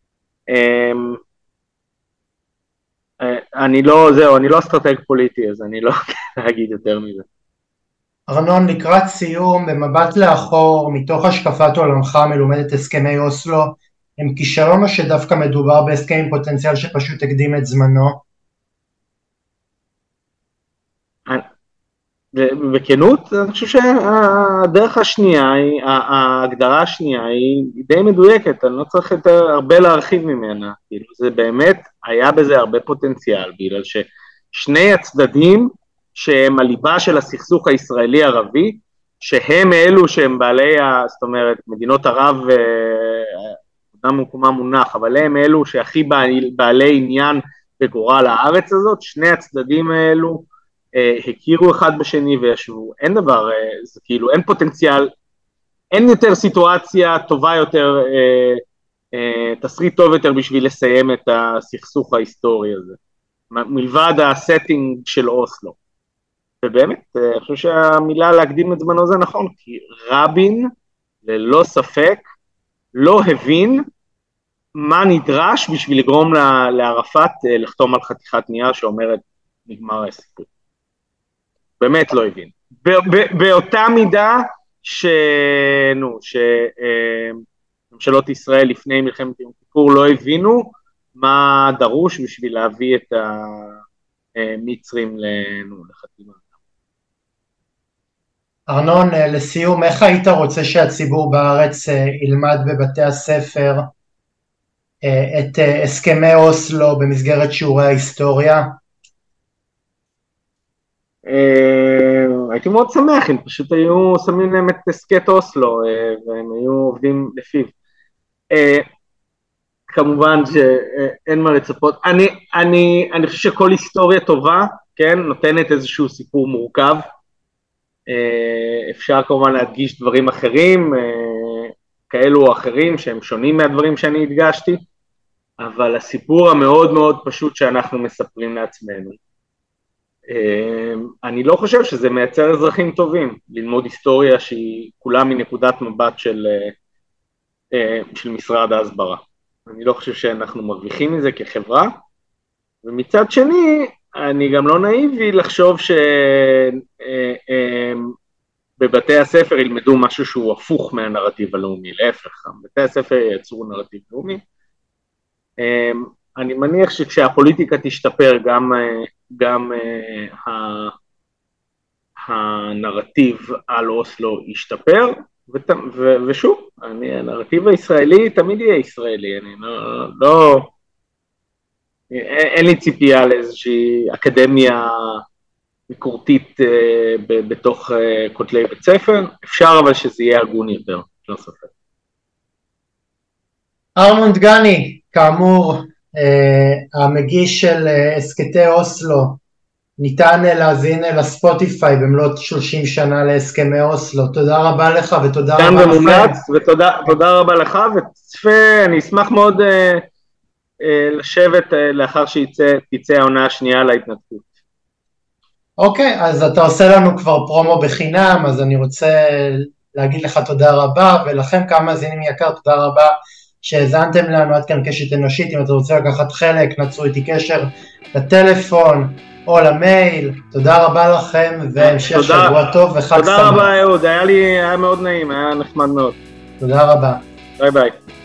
אני לא, זהו, אני לא אסטרטג פוליטי, אז אני לא אגיד יותר מזה. ארנון, לקראת סיום, במבט לאחור, מתוך השקפת עולמך מלומדת הסכמי אוסלו, הם כישלון או שדווקא מדובר בהסכם עם פוטנציאל שפשוט הקדים את זמנו? בכנות, אני חושב שהדרך השנייה, ההגדרה השנייה היא די מדויקת, אני לא צריך יותר הרבה להרחיב ממנה, כאילו זה באמת, היה בזה הרבה פוטנציאל, בגלל ששני הצדדים שהם הליבה של הסכסוך הישראלי-ערבי, שהם אלו שהם בעלי, זאת אומרת, מדינות ערב, אדם במקומה מונח, אבל הם אלו שהכי בעלי עניין בגורל הארץ הזאת, שני הצדדים האלו, הכירו אחד בשני וישבו, אין דבר, זה כאילו, אין פוטנציאל, אין יותר סיטואציה טובה יותר, תסריט טוב יותר בשביל לסיים את הסכסוך ההיסטורי הזה, מלבד הסטינג של אוסלו, ובאמת, אני חושב שהמילה להקדים את זמנו זה נכון, כי רבין, ללא ספק, לא הבין מה נדרש בשביל לגרום לערפאת לחתום על חתיכת נייר שאומרת נגמר הסיפור. באמת לא הבין. באותה מידה שנו, שממשלות ישראל לפני מלחמת יום כיפור לא הבינו מה דרוש בשביל להביא את המצרים לחתימה. ארנון, לסיום, איך היית רוצה שהציבור בארץ ילמד בבתי הספר את הסכמי אוסלו במסגרת שיעורי ההיסטוריה? הייתי מאוד שמח אם פשוט היו שמים להם את הסכת אוסלו והם היו עובדים לפיו. כמובן שאין מה לצפות. אני, אני, אני חושב שכל היסטוריה טובה, כן, נותנת איזשהו סיפור מורכב. אפשר כמובן להדגיש דברים אחרים, כאלו או אחרים שהם שונים מהדברים שאני הדגשתי, אבל הסיפור המאוד מאוד פשוט שאנחנו מספרים לעצמנו, אני לא חושב שזה מייצר אזרחים טובים, ללמוד היסטוריה שהיא כולה מנקודת מבט של, של משרד ההסברה. אני לא חושב שאנחנו מרוויחים מזה כחברה, ומצד שני, אני גם לא נאיבי לחשוב שבבתי הספר ילמדו משהו שהוא הפוך מהנרטיב הלאומי, להפך, בתי הספר ייצרו נרטיב לאומי. אני מניח שכשהפוליטיקה תשתפר, גם, גם הנרטיב על אוסלו ישתפר, ושוב, אני, הנרטיב הישראלי תמיד יהיה ישראלי, אני לא... לא אין לי ציפייה לאיזושהי אקדמיה ביקורתית בתוך כותלי בית ספר, אפשר אבל שזה יהיה הגון יותר, לא ספק. ארנון דגני, כאמור, המגיש של הסכתי אוסלו, ניתן להזין לספוטיפיי במלאת שלושים שנה להסכמי אוסלו, תודה רבה לך ותודה רבה לכם. ומומלץ, ותודה רבה לך, וצפה, אני אשמח מאוד... לשבת לאחר שתצא העונה השנייה להתנתקות. אוקיי, אז אתה עושה לנו כבר פרומו בחינם, אז אני רוצה להגיד לך תודה רבה, ולכם כמה מאזינים יקר, תודה רבה שהאזנתם לנו עד כאן קשת אנושית. אם אתה רוצה לקחת חלק, נצרו איתי קשר לטלפון או למייל. תודה רבה לכם, והמשך שבוע טוב וחג שמח. תודה רבה אהוד, היה לי, היה מאוד נעים, היה נחמד מאוד. תודה רבה. ביי ביי.